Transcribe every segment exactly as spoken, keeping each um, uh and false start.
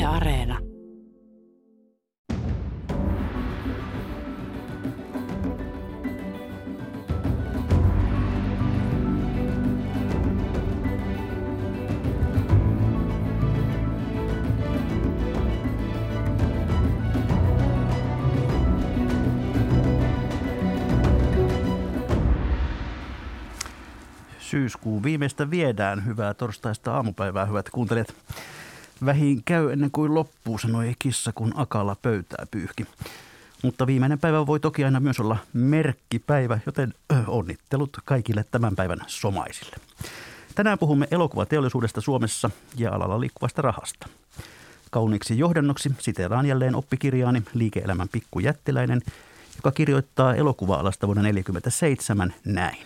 Areena. Syyskuun viimeistä viedään. Hyvää torstaista aamupäivää, hyvät kuuntelijat. Vähin käy ennen kuin loppuu, sanoi kissa, kun akalla pöytää pyyhki. Mutta viimeinen päivä voi toki aina myös olla merkkipäivä, joten onnittelut kaikille tämän päivän somaisille. Tänään puhumme elokuvateollisuudesta Suomessa ja alalla liikkuvasta rahasta. Kauniiksi johdannoksi siteeraan jälleen oppikirjaani Liike-elämän pikkujättiläinen, joka kirjoittaa elokuva-alasta vuonna tuhatyhdeksänsataaneljäkymmentäseitsemän näin.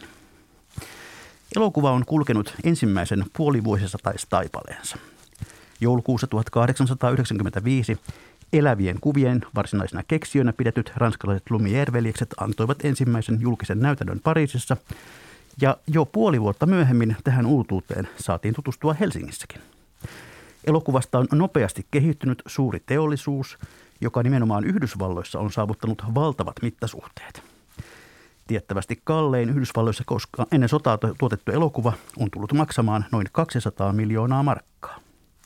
Elokuva on kulkenut ensimmäisen puolivuosisataistaipaleensa. Joulukuussa tuhatkahdeksansataayhdeksänkymmentäviisi elävien kuvien varsinaisena keksijöinä pidetyt ranskalaiset Lumière-veljekset antoivat ensimmäisen julkisen näytännön Pariisissa, ja jo puoli vuotta myöhemmin tähän uutuuteen saatiin tutustua Helsingissäkin. Elokuvasta on nopeasti kehittynyt suuri teollisuus, joka nimenomaan Yhdysvalloissa on saavuttanut valtavat mittasuhteet. Tiettävästi kallein Yhdysvalloissa, koska ennen sotaa tuotettu elokuva on tullut maksamaan noin kaksisataa miljoonaa markkaa.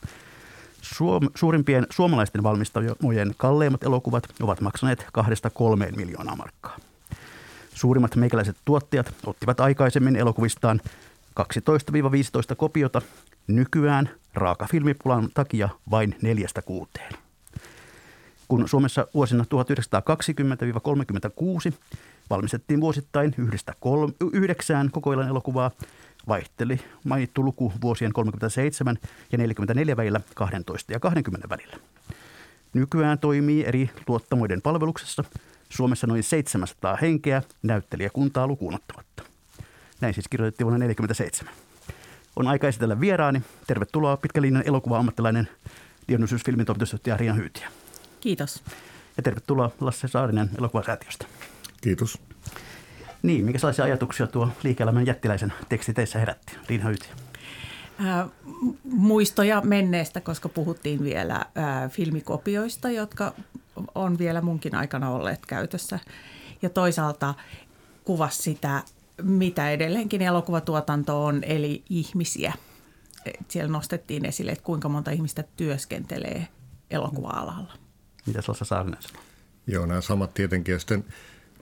Suom- suurimpien suomalaisten valmistajien kalleimmat elokuvat ovat maksaneet kahdesta kolmeen miljoonaa markkaa. Suurimmat meikäläiset tuottajat ottivat aikaisemmin elokuvistaan kaksitoista viisitoista kopiota, nykyään raakafilmipulan takia vain neljästä kuuteen. Kun Suomessa vuosina tuhatyhdeksänsataakaksikymmentä kolmekymmentäkuusi valmistettiin vuosittain yhdestä kolme, yhdeksään kokoellan elokuvaa, vaihteli mainittu luku vuosien kolmekymmentäseitsemän ja neljäkymmentäneljä välillä kaksitoista ja kaksikymmentä välillä. Nykyään toimii eri tuottamoiden palveluksessa Suomessa noin seitsemänsataa henkeä näyttelijäkuntaa lukuun ottamatta. Näin siis kirjoitettiin vuonna tuhatyhdeksänsataaneljäkymmentäseitsemän. On aika esitellä vieraani. Tervetuloa pitkälinjan elokuva-ammattilainen Dionysus-filmin toimitusjohtaja Riina Hyytiä. Kiitos. Ja tervetuloa Lasse Saarinen Elokuvasäätiöstä. Kiitos. Niin, minkälaisia ajatuksia tuo Liike-elämän jättiläisen teksti teissä herätti? Riina Hyytiä. Äh, muistoja menneestä, koska puhuttiin vielä äh, filmikopioista, jotka on vielä munkin aikana olleet käytössä. Ja toisaalta kuvasi sitä, mitä edelleenkin elokuvatuotanto on, eli ihmisiä. Siellä nostettiin esille, että kuinka monta ihmistä työskentelee elokuva-alalla. Mitäs Lasse Saarinen sanoo? Joo, nämä samat tietenkin. Ja sitten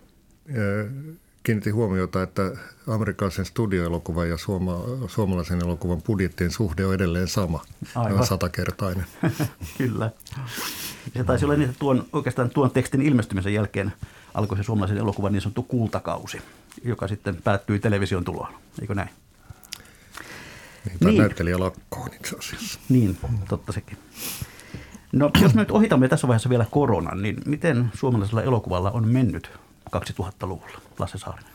äh, kiinnitin huomiota, että amerikkalaisen studioelokuvan ja suoma, suomalaisen elokuvan budjettien suhde on edelleen sama. Aivan satakertainen. Kyllä. Se taisi olla niin, että tuon, oikeastaan tuon tekstin ilmestymisen jälkeen alkoi se suomalaisen elokuvan niin sanottu kultakausi, joka sitten päättyi television tuloon. Eikö näin? Niin, tai niin. Näyttelijälakkoon itse asiassa. Niin, totta sekin. No, jos me nyt ohitamme tässä vaiheessa vielä koronan, niin miten suomalaisella elokuvalla on mennyt kaksituhattaluvulla? Lasse Saarinen.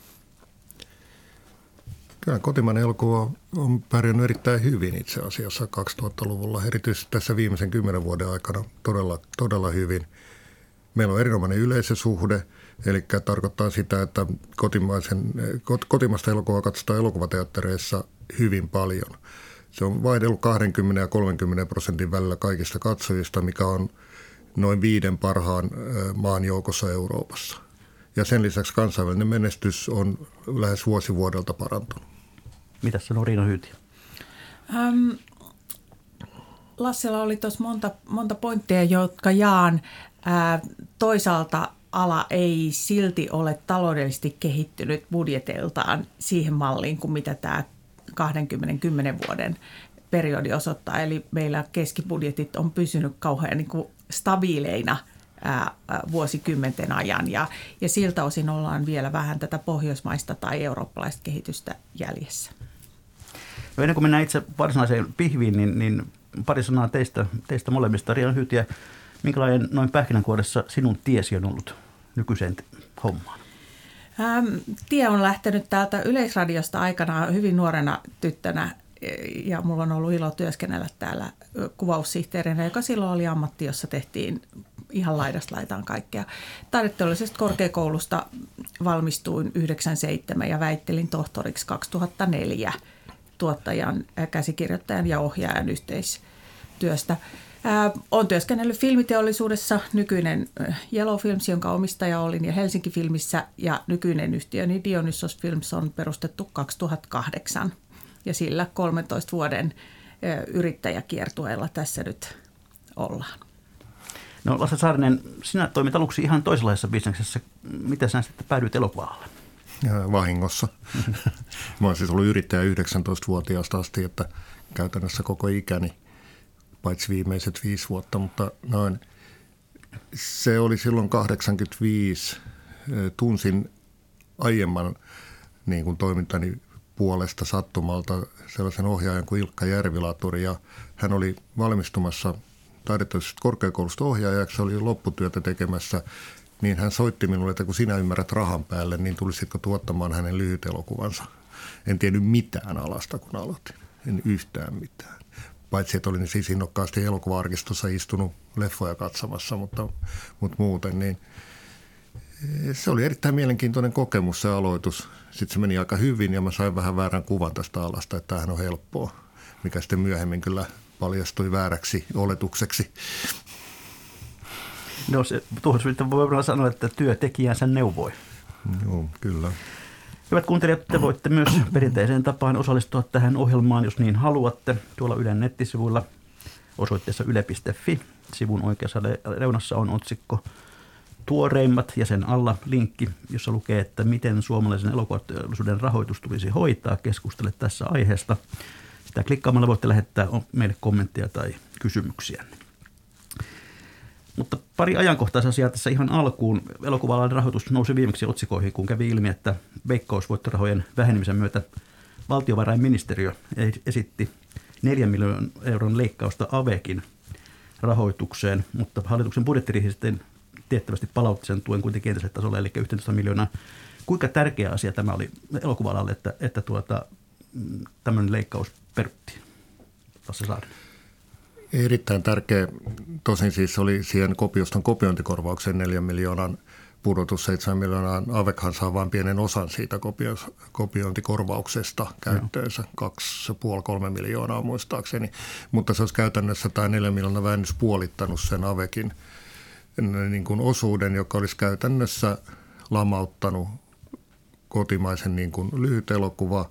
Kyllä kotimainen elokuva on pärjännyt erittäin hyvin itse asiassa kaksituhattaluvulla, erityisesti tässä viimeisen kymmenen vuoden aikana todella, todella hyvin. Meillä on erinomainen yleisösuhde, eli tarkoittaa sitä, että kotimaisen, kotimaista elokuvaa katsotaan elokuvateattereissa hyvin paljon. Se on vaihdellut kaksikymmentä ja kolmekymmentä prosentin välillä kaikista katsojista, mikä on noin viiden parhaan maan joukossa Euroopassa. Ja sen lisäksi kansainvälinen menestys on lähes vuosi vuodelta parantunut. Mitäs sanoo Riina Hyytiä? Ähm, Lassella oli tuossa monta, monta pointtia, jotka jaan. Äh, toisaalta ala ei silti ole taloudellisesti kehittynyt budjeteiltaan siihen malliin kuin mitä tämä kaksikymmentä kymmenen vuoden periodi osoittaa. Eli meillä keskibudjetit on pysynyt kauhean niin kuin stabiileina ää, vuosikymmenten ajan ja, ja siltä osin ollaan vielä vähän tätä pohjoismaista tai eurooppalaista kehitystä jäljessä. No ennen kuin mennään itse varsinaiseen pihviin, niin, niin pari sanaa teistä, teistä molemmista. Riina Hyytiä, minkälainen noin pähkinänkuoressa sinun tiesi on ollut nykyiseen hommaan? Ähm, tie on lähtenyt täältä Yleisradiosta aikanaan hyvin nuorena tyttönä ja mulla on ollut ilo työskennellä täällä kuvaussihteerinä, joka silloin oli ammatti, jossa tehtiin ihan laidasta laitaan kaikkea. Taideteollisesta korkeakoulusta valmistuin yhdeksänkymmentäseitsemän ja väittelin tohtoriksi kaksituhattaneljä tuottajan, käsikirjoittajan ja ohjaajan yhteistyöstä. Olen työskennellyt filmiteollisuudessa, nykyinen Yellow Films, jonka omistaja olin, ja Helsinki Filmissä, ja nykyinen yhtiöni Dionysos Films on perustettu kaksituhattakahdeksan. Ja sillä kolmentoista vuoden yrittäjäkiertueella tässä nyt ollaan. No Lasse Saarinen, sinä toimit aluksi ihan toisenlaisessa bisneksessä. Miten sinä sitten päädyit elokuva-alalle? Vahingossa. Mä olen siis ollut yrittäjä yhdeksäntoistavuotiaasta asti, että käytännössä koko ikäni, paitsi viimeiset viisi vuotta, mutta noin. Se oli silloin kahdeksankymmentäviisi. Tunsin aiemman niin kuin toimintani puolesta sattumalta sellaisen ohjaajan kuin Ilkka Järvilaturi, ja hän oli valmistumassa taidetteellisesta korkeakoulusta ohjaajaksi, oli lopputyötä tekemässä, niin hän soitti minulle, että kun sinä ymmärrät rahan päälle, niin tulisitko tuottamaan hänen lyhyt elokuvansa. En tiennyt mitään alasta, kun aloitin. En yhtään mitään. Paitsi, että olin siis innokkaasti elokuva-arkistossa istunut leffoja katsomassa, mutta, mutta muuten, niin se oli erittäin mielenkiintoinen kokemus se aloitus. Sitten se meni aika hyvin ja mä sain vähän väärän kuvan tästä alasta, että tämähän on helppoa, mikä sitten myöhemmin kyllä paljastui vääräksi oletukseksi. No se, tuohon sitten voi varmaan sanoa, että työtekijänsä neuvoi. Joo, kyllä. Hyvät kuuntelijat, te voitte myös perinteiseen tapaan osallistua tähän ohjelmaan, jos niin haluatte. Tuolla Ylen nettisivuilla osoitteessa yle piste fi. Sivun oikeassa reunassa on otsikko Tuoreimmat ja sen alla linkki, jossa lukee, että miten suomalaisen elokuvateollisuuden rahoitus tulisi hoitaa. Keskustele tässä aiheesta. Sitä klikkaamalla voitte lähettää meille kommentteja tai kysymyksiä. Mutta pari ajankohtaisasiaa tässä ihan alkuun. Elokuva-alan rahoitus nousi viimeksi otsikoihin, kun kävi ilmi, että veikkausvoittorahojen vähenemisen myötä valtiovarainministeriö esitti neljän miljoonan euron leikkausta AVEKin rahoitukseen, mutta hallituksen budjettiriihi sitten tiettävästi palautti sen tuen kuitenkin entiselle tasolle, eli yksitoista miljoonaa. Kuinka tärkeä asia tämä oli elokuva-alalle, että, että tuota, tämmöinen leikkaus peruttiin? Lasse Saarinen. Erittäin tärkeä. Tosin siis oli siihen kopioston kopiointikorvaukseen neljän miljoonan pudotus, seitsemän miljoonaa. AVEKhan saa vain pienen osan siitä kopiointikorvauksesta käyttöönsä, kaksi pilkku viisi kolme miljoonaa muistaakseni. Mutta se olisi käytännössä tämä neljän miljoonaa vähennys puolittanut sen AVEKin niin kuin osuuden, joka olisi käytännössä lamauttanut kotimaisen niin kuin lyhyt elokuva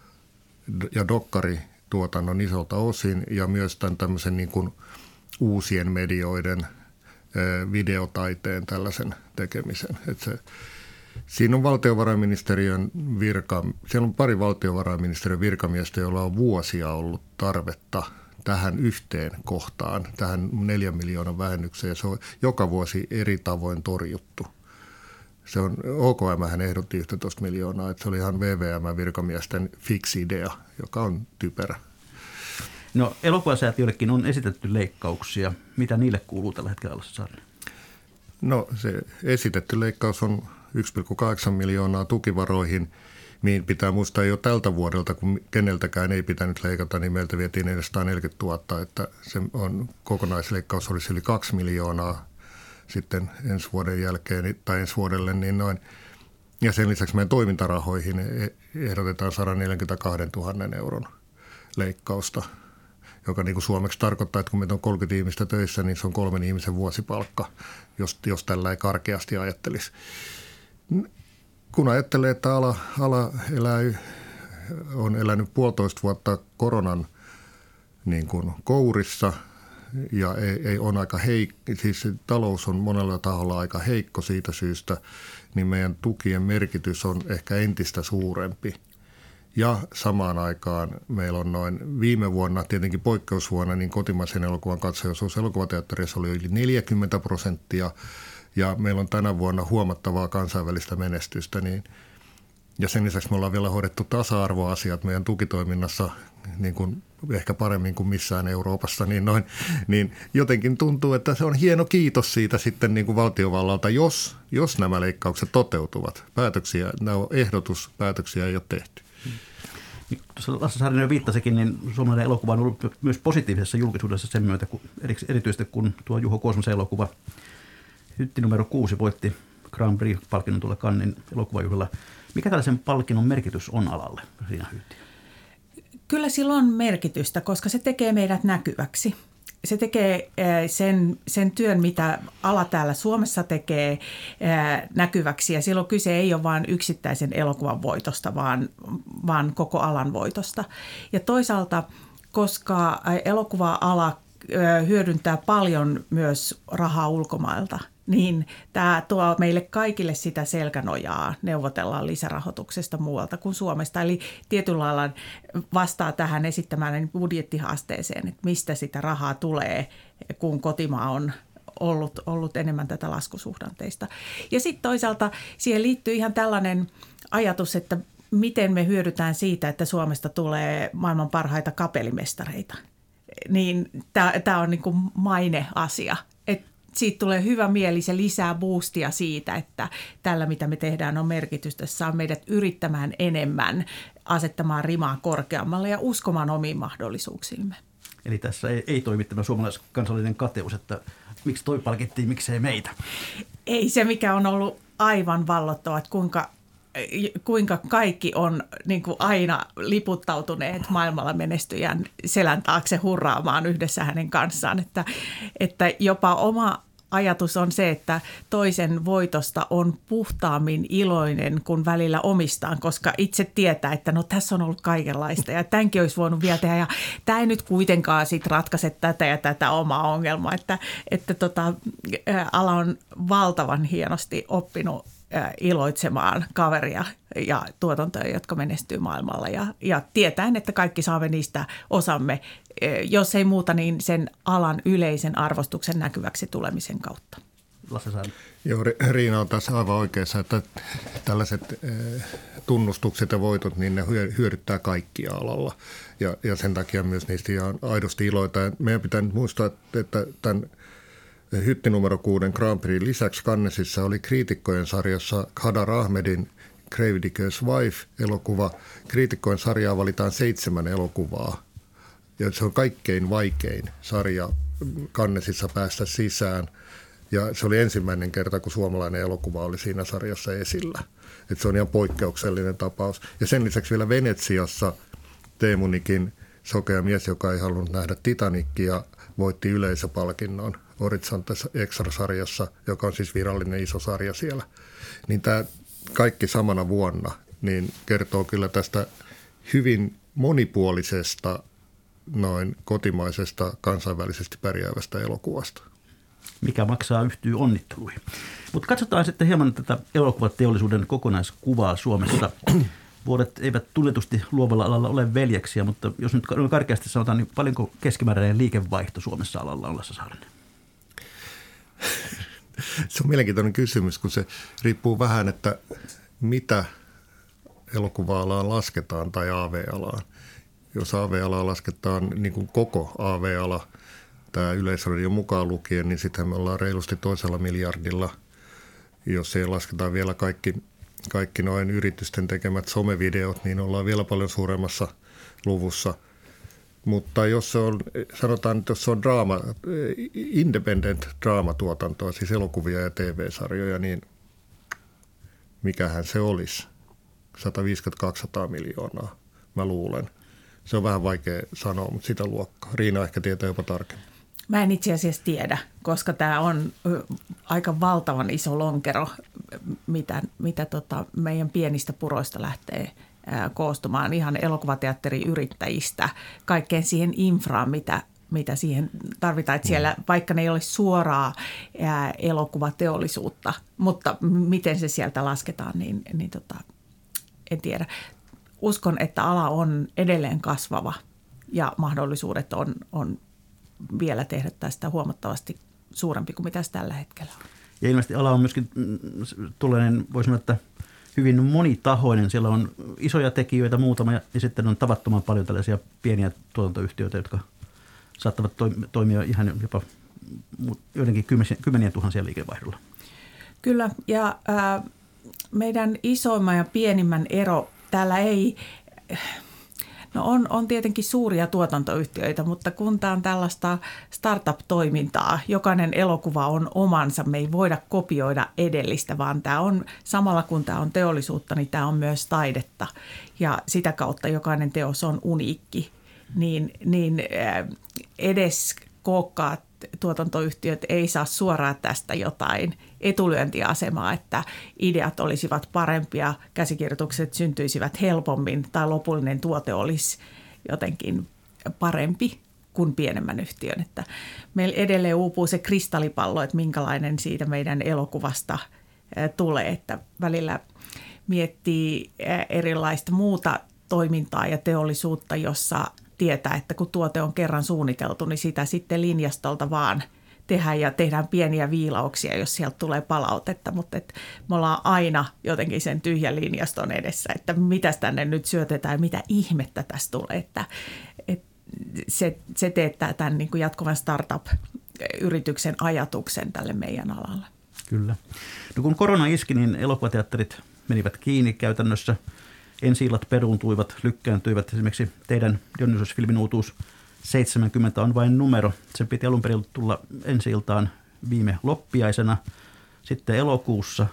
ja dokkari tuotannon isolta osin ja myös tämän tämmöisen niin kuin uusien medioiden, videotaiteen tällaisen tekemisen. Että se, siinä on valtiovarainministeriön virka, siellä on pari valtiovarainministeriön virkamiestä, joilla on vuosia ollut tarvetta tähän yhteen kohtaan, tähän neljän miljoonan vähennykseen, ja se on joka vuosi eri tavoin torjuttu. Se on, O K M ehdotti yksitoista miljoonaa, että se oli ihan V V M-virkamiesten fiksi idea, joka on typerä. No elokuvasäätiöllekin on esitetty leikkauksia. Mitä niille kuuluu tällä hetkellä, Lasse Saarinen? No se esitetty leikkaus on yksi pilkku kahdeksan miljoonaa tukivaroihin, mihin pitää muistaa jo tältä vuodelta, kun keneltäkään ei pitänyt leikata, niin meiltä vietiin neljäsataaneljäkymmentätuhatta, että se on, kokonaisleikkaus olisi yli kaksi miljoonaa sitten ensi vuoden jälkeen tai ensi vuodelle, niin noin. Ja sen lisäksi meidän toimintarahoihin ehdotetaan sata neljäkymmentäkaksituhatta euron leikkausta, joka niin kuin suomeksi tarkoittaa, että kun meitä on kolmekymmentä ihmistä töissä, niin se on kolmen ihmisen vuosipalkka, jos, jos tällä ei karkeasti ajattelisi. Kun ajattelee, että ala, ala elää, on elänyt puolitoista vuotta koronan niin kuin kourissa ja ei, ei on aika heikko, siis talous on monella taholla aika heikko siitä syystä, niin meidän tukien merkitys on ehkä entistä suurempi. Ja samaan aikaan meillä on noin viime vuonna, tietenkin poikkeusvuonna, niin kotimaisen elokuvan katsojaosuus elokuvateatterissa oli yli neljäkymmentä prosenttia. Ja meillä on tänä vuonna huomattavaa kansainvälistä menestystä. Niin, ja sen lisäksi me ollaan vielä hoidettu tasa-arvoasiat meidän tukitoiminnassa niin kuin ehkä paremmin kuin missään Euroopassa. Niin, noin, niin jotenkin tuntuu, että se on hieno kiitos siitä sitten niin kuin valtiovallalta, jos, jos nämä leikkaukset toteutuvat. Päätöksiä, nämä ehdotuspäätöksiä ei ole tehty. Tuossa Lasse Saarinen jo viittasikin, niin suomalainen elokuva on ollut myös positiivisessa julkisuudessa sen myötä, kun, erityisesti kun tuo Juho Kuosmasen elokuva Hytti numero kuusi voitti Grand Prix-palkinnon tuolla Cannesin elokuvajuhlalla. Mikä tällaisen palkinnon merkitys on alalle siinä Hytti? Kyllä sillä on merkitystä, koska se tekee meidät näkyväksi. se tekee sen, sen työn, mitä ala täällä Suomessa tekee näkyväksi. Ja silloin kyse ei ole vain yksittäisen elokuvan voitosta, vaan, vaan koko alan voitosta. Ja toisaalta, koska elokuva-ala hyödyntää paljon myös rahaa ulkomailta, niin tämä tuo meille kaikille sitä selkänojaa, neuvotellaan lisärahoituksesta muualta kuin Suomesta. Eli tietyllä lailla vastaa tähän esittämään budjettihaasteeseen, että mistä sitä rahaa tulee, kun kotimaa on ollut, ollut enemmän tätä laskusuhdanteista. Ja sitten toisaalta siihen liittyy ihan tällainen ajatus, että miten me hyödytään siitä, että Suomesta tulee maailman parhaita kapellimestareita. Niin tämä on niin kuin maine-asia. Että siitä tulee hyvä mieli, se lisää boostia siitä, että tällä mitä me tehdään on merkitystä. Se saa meidät yrittämään enemmän, asettamaan rimaa korkeammalle ja uskomaan omiin mahdollisuuksiimme. Eli tässä ei, ei toimi tämä suomalaiskansallinen kateus, että miksi toi palkittiin, miksei meitä? Ei se, mikä on ollut aivan vallottava, että kuinka, kuinka kaikki on niin kuin aina liputtautuneet maailmalla menestyjän selän taakse hurraamaan yhdessä hänen kanssaan. Että, että jopa oma ajatus on se, että toisen voitosta on puhtaammin iloinen kuin välillä omistaan, koska itse tietää, että no tässä on ollut kaikenlaista ja tämänkin olisi voinut vielä tehdä ja tämä ei nyt kuitenkaan sit ratkaise tätä ja tätä omaa ongelmaa, että, että tota, ala on valtavan hienosti oppinut iloitsemaan kaveria ja tuotantoja, jotka menestyy maailmalla ja, ja tietäen, että kaikki saamme niistä osamme, jos ei muuta, niin sen alan yleisen arvostuksen näkyväksi tulemisen kautta. Lasse Saari. Joo, Riina on tässä aivan oikeassa, että tällaiset tunnustukset ja voitot, niin ne hyödyttää kaikkia alalla ja, ja sen takia myös niistä ihan aidosti iloita. Meidän pitää nyt muistaa, että tämän hytti numero kuuden Grand Prix lisäksi Cannesissa oli kriitikkojen sarjassa Khadar Ahmedin Gravity's Wife-elokuva. Kriitikkojen sarjaa valitaan seitsemän elokuvaa ja se on kaikkein vaikein sarja Cannesissa päästä sisään. Ja se oli ensimmäinen kerta, kun suomalainen elokuva oli siinä sarjassa esillä. Et se on ihan poikkeuksellinen tapaus. Ja sen lisäksi vielä Venetsiassa Teemunikin sokea mies, joka ei halunnut nähdä Titanicia, voitti yleisöpalkinnon Horizonte Extra-sarjassa, joka on siis virallinen iso sarja siellä. Niin tämä kaikki samana vuonna niin kertoo kyllä tästä hyvin monipuolisesta, noin kotimaisesta, kansainvälisesti pärjäävästä elokuvasta. Mikä maksaa yhtyy onnitteluihin. Mutta katsotaan sitten hieman tätä elokuvateollisuuden kokonaiskuvaa Suomessa. Vuodet eivät tunnetusti luovalla alalla ole veljeksiä, mutta jos nyt karkeasti sanotaan, niin paljonko keskimääräinen liikevaihto Suomessa alalla on, Lasse Saarinen? Se on mielenkiintoinen kysymys, kun se riippuu vähän, että mitä elokuva-alaan lasketaan tai A V-alaan. Jos A V-alaa lasketaan niin kuin koko A V-ala, tämä Yleisradio mukaan lukien, niin sitten me ollaan reilusti toisella miljardilla, jos ei lasketa vielä kaikki, kaikki noin yritysten tekemät somevideot, niin ollaan vielä paljon suuremmassa luvussa. Mutta jos se on, sanotaan, että jos se on draama, independent draamatuotantoa, siis elokuvia ja T V-sarjoja, niin mikähän se olisi? sata viisikymmentä kaksisataa miljoonaa, mä luulen. Se on vähän vaikea sanoa, mutta sitä luokkaa. Riina ehkä tietää jopa tarkemmin. Mä en itse asiassa tiedä, koska tämä on aika valtavan iso lonkero, mitä, mitä tota meidän pienistä puroista lähtee ää, koostumaan. Ihan elokuvateatteriyrittäjistä, kaikkeen siihen infraan, mitä, mitä siihen tarvitaan. Että siellä, vaikka ne ei ole suoraa ää, elokuvateollisuutta, mutta miten se sieltä lasketaan, niin, niin tota, en tiedä. Uskon, että ala on edelleen kasvava ja mahdollisuudet on, on vielä tehdä tästä huomattavasti suurempi kuin mitä tällä hetkellä on. Ja ilmeisesti ala on myöskin tuollainen, voisi sanoa, että hyvin monitahoinen. Siellä on isoja tekijöitä muutama ja sitten on tavattoman paljon tällaisia pieniä tuotantoyhtiöitä, jotka saattavat toimia ihan jopa joidenkin kymmenien tuhansia liikevaihdolla. Kyllä, ja äh, meidän isoimman ja pienimmän ero täällä ei, no on, on tietenkin suuria tuotantoyhtiöitä, mutta kun tämä on tällaista startup-toimintaa, jokainen elokuva on omansa, me ei voida kopioida edellistä, vaan tämä on samalla kun tämä on teollisuutta, niin tämä on myös taidetta ja sitä kautta jokainen teos on uniikki, niin, niin edes kookkaat tuotantoyhtiöt ei saa suoraan tästä jotain etulyöntiasemaa, että ideat olisivat parempia, käsikirjoitukset syntyisivät helpommin tai lopullinen tuote olisi jotenkin parempi kuin pienemmän yhtiön. Että meillä edelleen uupuu se kristallipallo, että minkälainen siitä meidän elokuvasta tulee, että välillä miettii erilaista muuta toimintaa ja teollisuutta, jossa tietää, että kun tuote on kerran suunniteltu, niin sitä sitten linjastolta vaan tehdään ja tehdään pieniä viilauksia, jos sieltä tulee palautetta, mutta et me ollaan aina jotenkin sen tyhjän linjaston edessä, että mitä tänne nyt syötetään ja mitä ihmettä tässä tulee, että, että se, se teettää tämän niin kuin jatkuvan startup-yrityksen ajatuksen tälle meidän alalle. Kyllä. No kun korona iski, niin elokuvateatterit menivät kiinni käytännössä. Ensi-illat peruuntuivat, lykkääntyivät. Esimerkiksi teidän Dionysos-filmin uutuus seitsemänkymmentä on vain numero. Sen piti alun perin tulla ensi-iltaan viime loppiaisena, sitten elokuussa.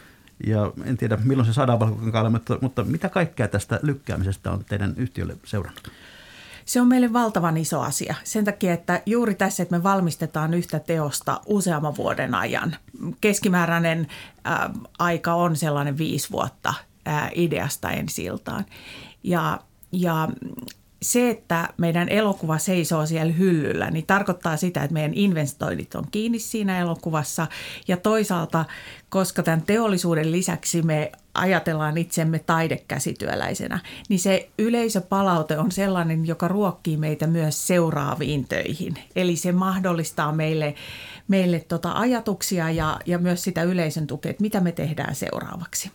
Ja en tiedä, milloin se saadaan valkokankaalle, mutta, mutta mitä kaikkea tästä lykkäämisestä on teidän yhtiölle seurannut? Se on meille valtavan iso asia. Sen takia, että juuri tässä, että me valmistetaan yhtä teosta useamman vuoden ajan. Keskimääräinen ä, aika on sellainen viisi vuotta ä, ideasta ensi-iltaan. Ja, ja se, että meidän elokuva seisoo siellä hyllyllä, niin tarkoittaa sitä, että meidän investoinnit on kiinni siinä elokuvassa. Ja toisaalta, koska tämän teollisuuden lisäksi me ajatellaan itsemme taidekäsityöläisenä, niin se yleisöpalaute on sellainen, joka ruokkii meitä myös seuraaviin töihin. Eli se mahdollistaa meille, meille tota ajatuksia ja, ja myös sitä yleisön tukea, että mitä me tehdään seuraavaksi.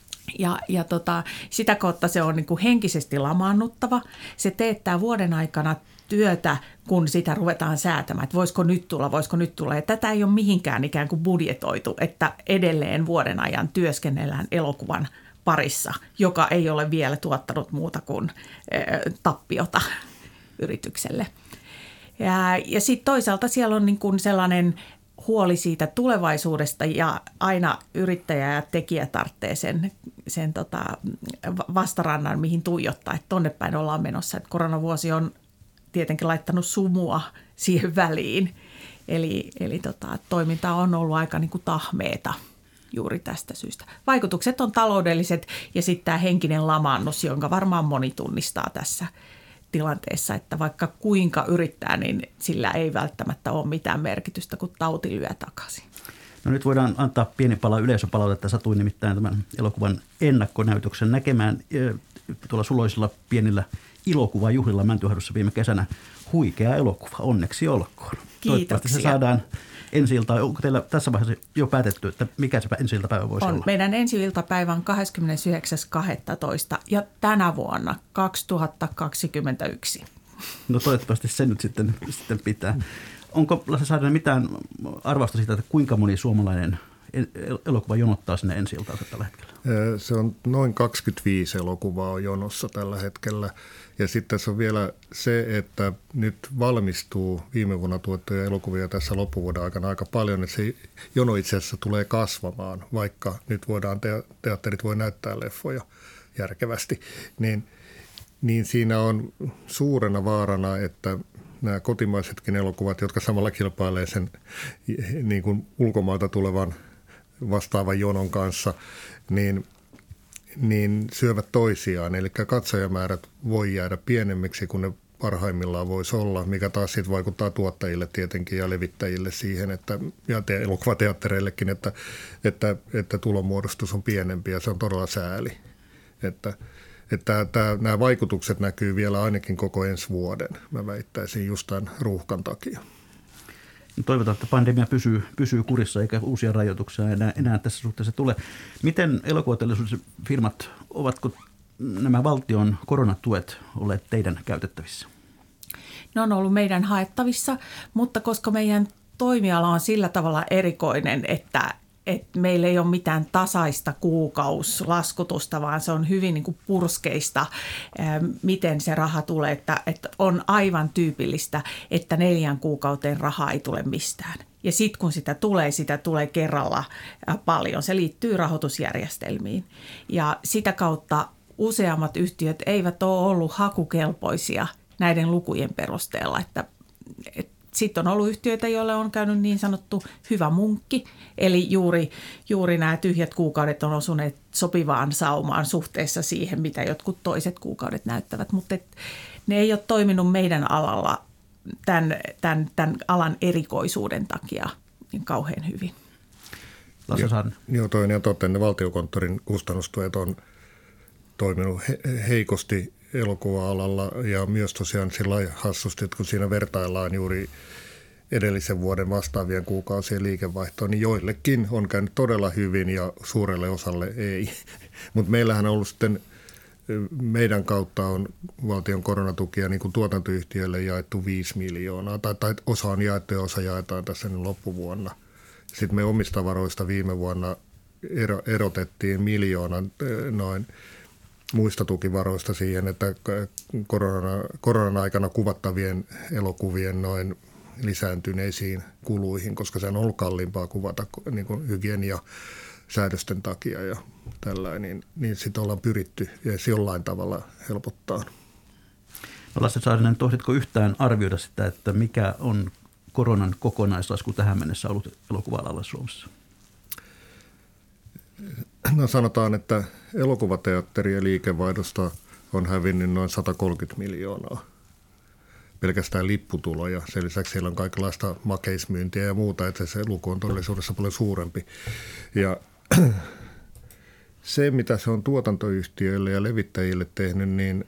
Ja, ja tota, sitä kautta se on niin kuin henkisesti lamaannuttava. Se teettää vuoden aikana työtä, kun sitä ruvetaan säätämään, että voisiko nyt tulla, voisiko nyt tulla. Ja tätä ei ole mihinkään ikään kuin budjetoitu, että edelleen vuoden ajan työskennellään elokuvan parissa, joka ei ole vielä tuottanut muuta kuin ä, tappiota yritykselle. Ja, ja sitten toisaalta siellä on niin kuin sellainen huoli siitä tulevaisuudesta ja aina yrittäjä ja tekijä tarvitsee sen, sen tota vastarannan, mihin tuijottaa, että tonne päin ollaan menossa. Että koronavuosi on tietenkin laittanut sumua siihen väliin, eli, eli tota, toiminta on ollut aika niin kuin tahmeeta juuri tästä syystä. Vaikutukset on taloudelliset ja sitten tämä henkinen lamaannus, jonka varmaan moni tunnistaa tässä tilanteessa, että vaikka kuinka yrittää, niin sillä ei välttämättä ole mitään merkitystä, kun tauti lyö takaisin. No nyt voidaan antaa pieni pala yleisöpalautetta. Satuin nimittäin tämän elokuvan ennakkonäytöksen näkemään tuolla suloisilla pienillä ilokuvajuhlilla Mäntyharjussa viime kesänä. Huikea elokuva, onneksi olkoon. Kiitoksia. Toivottavasti se saadaan ensi-iltaan. Onko teillä tässä vaiheessa jo päätetty, että mikä se ensi-iltapäivä voisi on. olla? Meidän ensi-iltapäivä on kahdeskymmenesyhdeksäs kahdestoista ja tänä vuonna kaksituhattakaksikymmentäyksi. No toivottavasti se nyt sitten, sitten pitää. Onko Lasse Saarinen mitään arvausta siitä, että kuinka moni suomalainen elokuva jonottaa sinne ensi-iltaan tällä hetkellä? Se on noin kaksikymmentäviisi elokuvaa on jonossa tällä hetkellä. Ja sitten tässä on vielä se, että nyt valmistuu viime vuonna tuottuja elokuvia tässä loppuvuoden aikana aika paljon, että se jono itse asiassa tulee kasvamaan, vaikka nyt voidaan, teatterit voi näyttää leffoja järkevästi, niin, niin siinä on suurena vaarana, että nämä kotimaisetkin elokuvat, jotka samalla kilpailee sen niin kuin ulkomailta tulevan vastaavan jonon kanssa, niin niin syövät toisiaan. Eli katsojamäärät voi jäädä pienemmiksi kuin ne parhaimmillaan voisi olla, mikä taas sitten vaikuttaa tuottajille tietenkin ja levittäjille siihen, että, ja te, elokuvateattereillekin, että, että, että tulonmuodostus on pienempi ja se on todella sääli. Että, että tämä, nämä vaikutukset näkyy vielä ainakin koko ensi vuoden, mä väittäisin just tämän ruuhkan takia. Toivotaan, että pandemia pysyy, pysyy kurissa eikä uusia rajoituksia enää, enää tässä suhteessa tule. Miten elokuvateollisuuden firmat, ovatko nämä valtion koronatuet olleet teidän käytettävissä? Ne on ollut meidän haettavissa, mutta koska meidän toimiala on sillä tavalla erikoinen, että että meillä ei ole mitään tasaista kuukausilaskutusta, vaan se on hyvin niin kuin purskeista, miten se raha tulee. Että, että on aivan tyypillistä, että neljän kuukauteen rahaa ei tule mistään. Ja sitten kun sitä tulee, sitä tulee kerralla paljon. Se liittyy rahoitusjärjestelmiin. Ja sitä kautta useammat yhtiöt eivät ole ollut hakukelpoisia näiden lukujen perusteella, että, että sitten on ollut yhtiöitä, joilla on käynyt niin sanottu hyvä munkki, eli juuri, juuri nämä tyhjät kuukaudet on osuneet sopivaan saumaan suhteessa siihen, mitä jotkut toiset kuukaudet näyttävät, mutta et, ne ei ole toiminut meidän alalla tämän, tämän, tämän alan erikoisuuden takia niin kauhean hyvin. Lasse Saarinen. Joo, toinen ja toteen, ne valtiokonttorin kustannustuet on toiminut he, heikosti elokuva-alalla ja myös tosiaan sillä hassusti, että kun siinä vertaillaan juuri edellisen vuoden vastaavien kuukausien liikevaihtoa, niin joillekin on käynyt todella hyvin ja suurelle osalle ei. Mutta meillähän on ollut sitten, meidän kautta on valtion koronatukia niin kuin tuotantoyhtiöille jaettu viisi miljoonaa, tai, tai osa on jaettu ja osa jaetaan tässä niin loppuvuonna. Sitten me omista varoista viime vuonna ero, erotettiin miljoonan noin muista tukivaroista siihen, että korona, koronan aikana kuvattavien elokuvien noin lisääntyneisiin kuluihin, koska se on ollut kalliimpaa kuvata niin kuin hygieniasäädösten takia ja tällainen, niin, niin sitten ollaan pyritty ja se jollain tavalla helpottaa. No Lasse Saarinen, tohditko yhtään arvioida sitä, että mikä on koronan kokonaislasku tähän mennessä ollut elokuva-alalla Suomessa? No sanotaan, että elokuvateatterien liikevaihdosta on hävinnyt noin sata kolmekymmentä miljoonaa. Pelkästään lipputuloja. Sen lisäksi siellä on kaikenlaista makeismyyntiä ja muuta, että se luku on todellisuudessa paljon suurempi. Ja se, mitä se on tuotantoyhtiöille ja levittäjille tehnyt, niin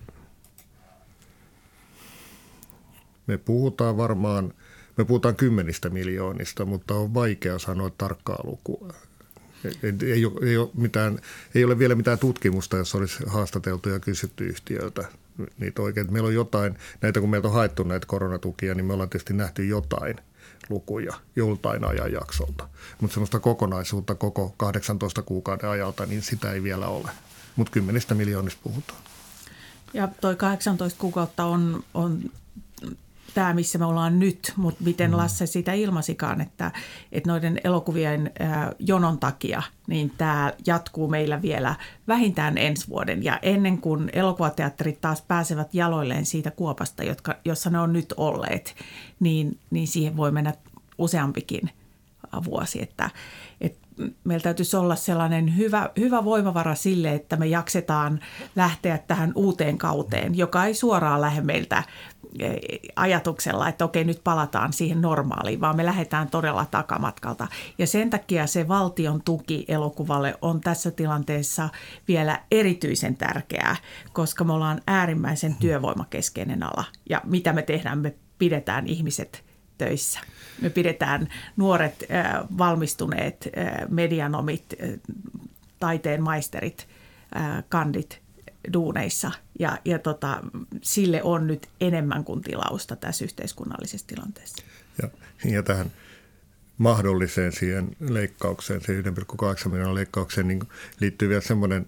me puhutaan varmaan, me puhutaan kymmenistä miljoonista, mutta on vaikea sanoa tarkkaa lukua. Ei, ei, ole, ei, ole mitään, ei ole vielä mitään tutkimusta, jos olisi haastateltu ja kysytty yhtiöltä niitä oikein. Meillä on jotain, näitä kun meiltä on haettu näitä koronatukia, niin me ollaan tietysti nähty jotain lukuja joltain ajanjaksolta. Mutta sellaista kokonaisuutta koko kahdeksantoista kuukauden ajalta, niin sitä ei vielä ole. Mutta kymmenistä miljoonista puhutaan. Ja toi kahdeksantoista kuukautta on, on tämä, missä me ollaan nyt, mutta miten Lasse sitä ilmasikaan, että, että noiden elokuvien äh, jonon takia, niin tämä jatkuu meillä vielä vähintään ensi vuoden. Ja ennen kuin elokuvateatterit taas pääsevät jaloilleen siitä kuopasta, jotka, jossa ne on nyt olleet, niin, niin siihen voi mennä useampikin vuosi. Että, että meillä täytyisi olla sellainen hyvä, hyvä voimavara sille, että me jaksetaan lähteä tähän uuteen kauteen, joka ei suoraan lähde meiltä ajatuksella, että okei, nyt palataan siihen normaaliin, vaan me lähdetään todella takamatkalta. Ja sen takia se valtion tuki elokuvalle on tässä tilanteessa vielä erityisen tärkeää, koska me ollaan äärimmäisen työvoimakeskeinen ala. Ja mitä me tehdään? Me pidetään ihmiset töissä. Me pidetään nuoret valmistuneet medianomit, taiteen maisterit, kandit duuneissa ja, ja tota, sille on nyt enemmän kuin tilausta tässä yhteiskunnallisessa tilanteessa. Ja, ja tähän mahdolliseen siihen leikkaukseen, se yksi pilkku kahdeksan miljoonan leikkaukseen, niin liittyy vielä semmoinen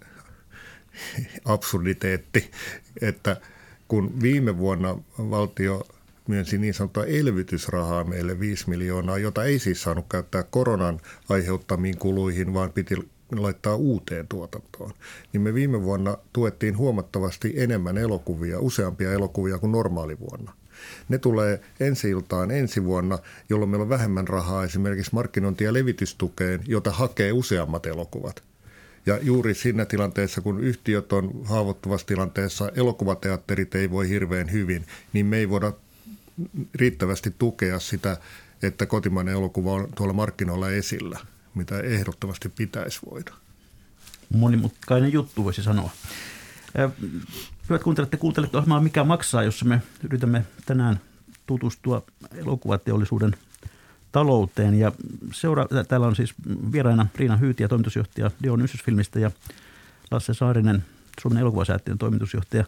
absurditeetti, että kun viime vuonna valtio myönsi niin sanottua elvytysrahaa meille viisi miljoonaa, jota ei siis saanut käyttää koronan aiheuttamiin kuluihin, vaan piti laittaa uuteen tuotantoon, niin me viime vuonna tuettiin huomattavasti enemmän elokuvia, useampia elokuvia kuin normaalivuonna. Ne tulee ensi-iltaan ensi vuonna, jolloin meillä on vähemmän rahaa esimerkiksi markkinointi- ja levitystukeen, jota hakee useammat elokuvat. Ja juuri siinä tilanteessa, kun yhtiöt on haavoittuvassa tilanteessa, elokuvateatterit ei voi hirveän hyvin, niin me ei voida riittävästi tukea sitä, että kotimainen elokuva on tuolla markkinoilla esillä, mitä ehdottomasti pitäisi voida. Monimutkainen juttu voisi sanoa. Hyvät kuuntelijat, te kuuntelette ohjelmaa Mikä maksaa, jossa me yritämme tänään tutustua elokuvateollisuuden talouteen. Ja seura- täällä on siis vieraina Riina Hyyti ja toimitusjohtaja Dionysus-filmistä ja Lasse Saarinen, Suomen elokuvasäätiön toimitusjohtaja.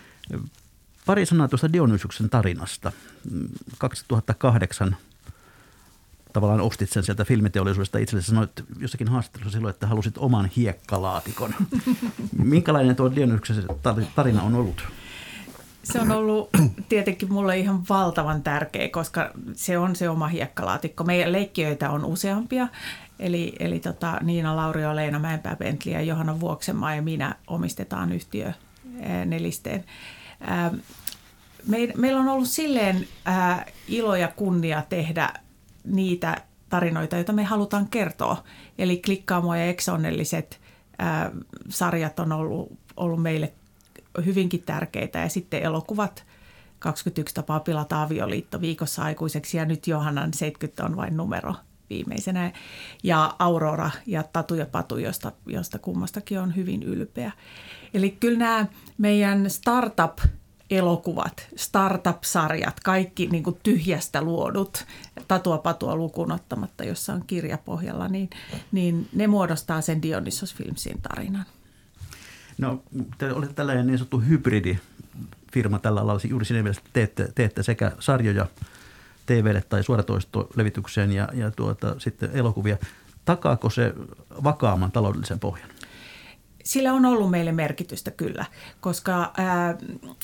Pari sanaa tuosta Dionysuksen tarinasta. kaksituhattakahdeksan tavallaan ostit sen sieltä filmiteollisuudesta. Itsellesi sanoit jossakin haastattelussa silloin, että halusit oman hiekkalaatikon. Minkälainen tuo Dionysuksen tarina on ollut? Se on ollut tietenkin mulle ihan valtavan tärkeä, koska se on se oma hiekkalaatikko. Meidän leikkiöitä on useampia, eli, eli tota, Niina Laurio, Leena Mäenpää Pentli ja Johanna Vuoksenmaa ja minä omistetaan yhtiö Nelisteen. me, meillä on ollut silleen ää, ilo ja kunnia tehdä niitä tarinoita, joita me halutaan kertoa. Eli Klikkaamo ja Ex-onnelliset ää, sarjat on ollut, ollut meille hyvinkin tärkeitä. Ja sitten elokuvat kaksikymmentäyksi tapaa pilata avioliitto viikossa aikuiseksi ja nyt Johannan seitsemänkymmentä on vain numero viimeisenä. Ja Aurora ja Tatu ja Patu, josta, josta kummastakin on hyvin ylpeä. Eli kyllä nämä meidän startup-elokuvat, startup-sarjat, kaikki niin kuin tyhjästä luodut, Tatua Patua lukuun ottamatta, jossa on kirja pohjalla, niin, niin ne muodostaa sen Dionysos Filmsin tarinan. No, te olette tällainen niin sanottu hybridifirma tällä alalla, juuri siinä mielessä teette, teette sekä sarjoja T V:lle tai suoratoistolevitykseen ja, ja tuota, sitten elokuvia. Takaako se vakaamman taloudellisen pohjan? Sillä on ollut meille merkitystä kyllä, koska ää,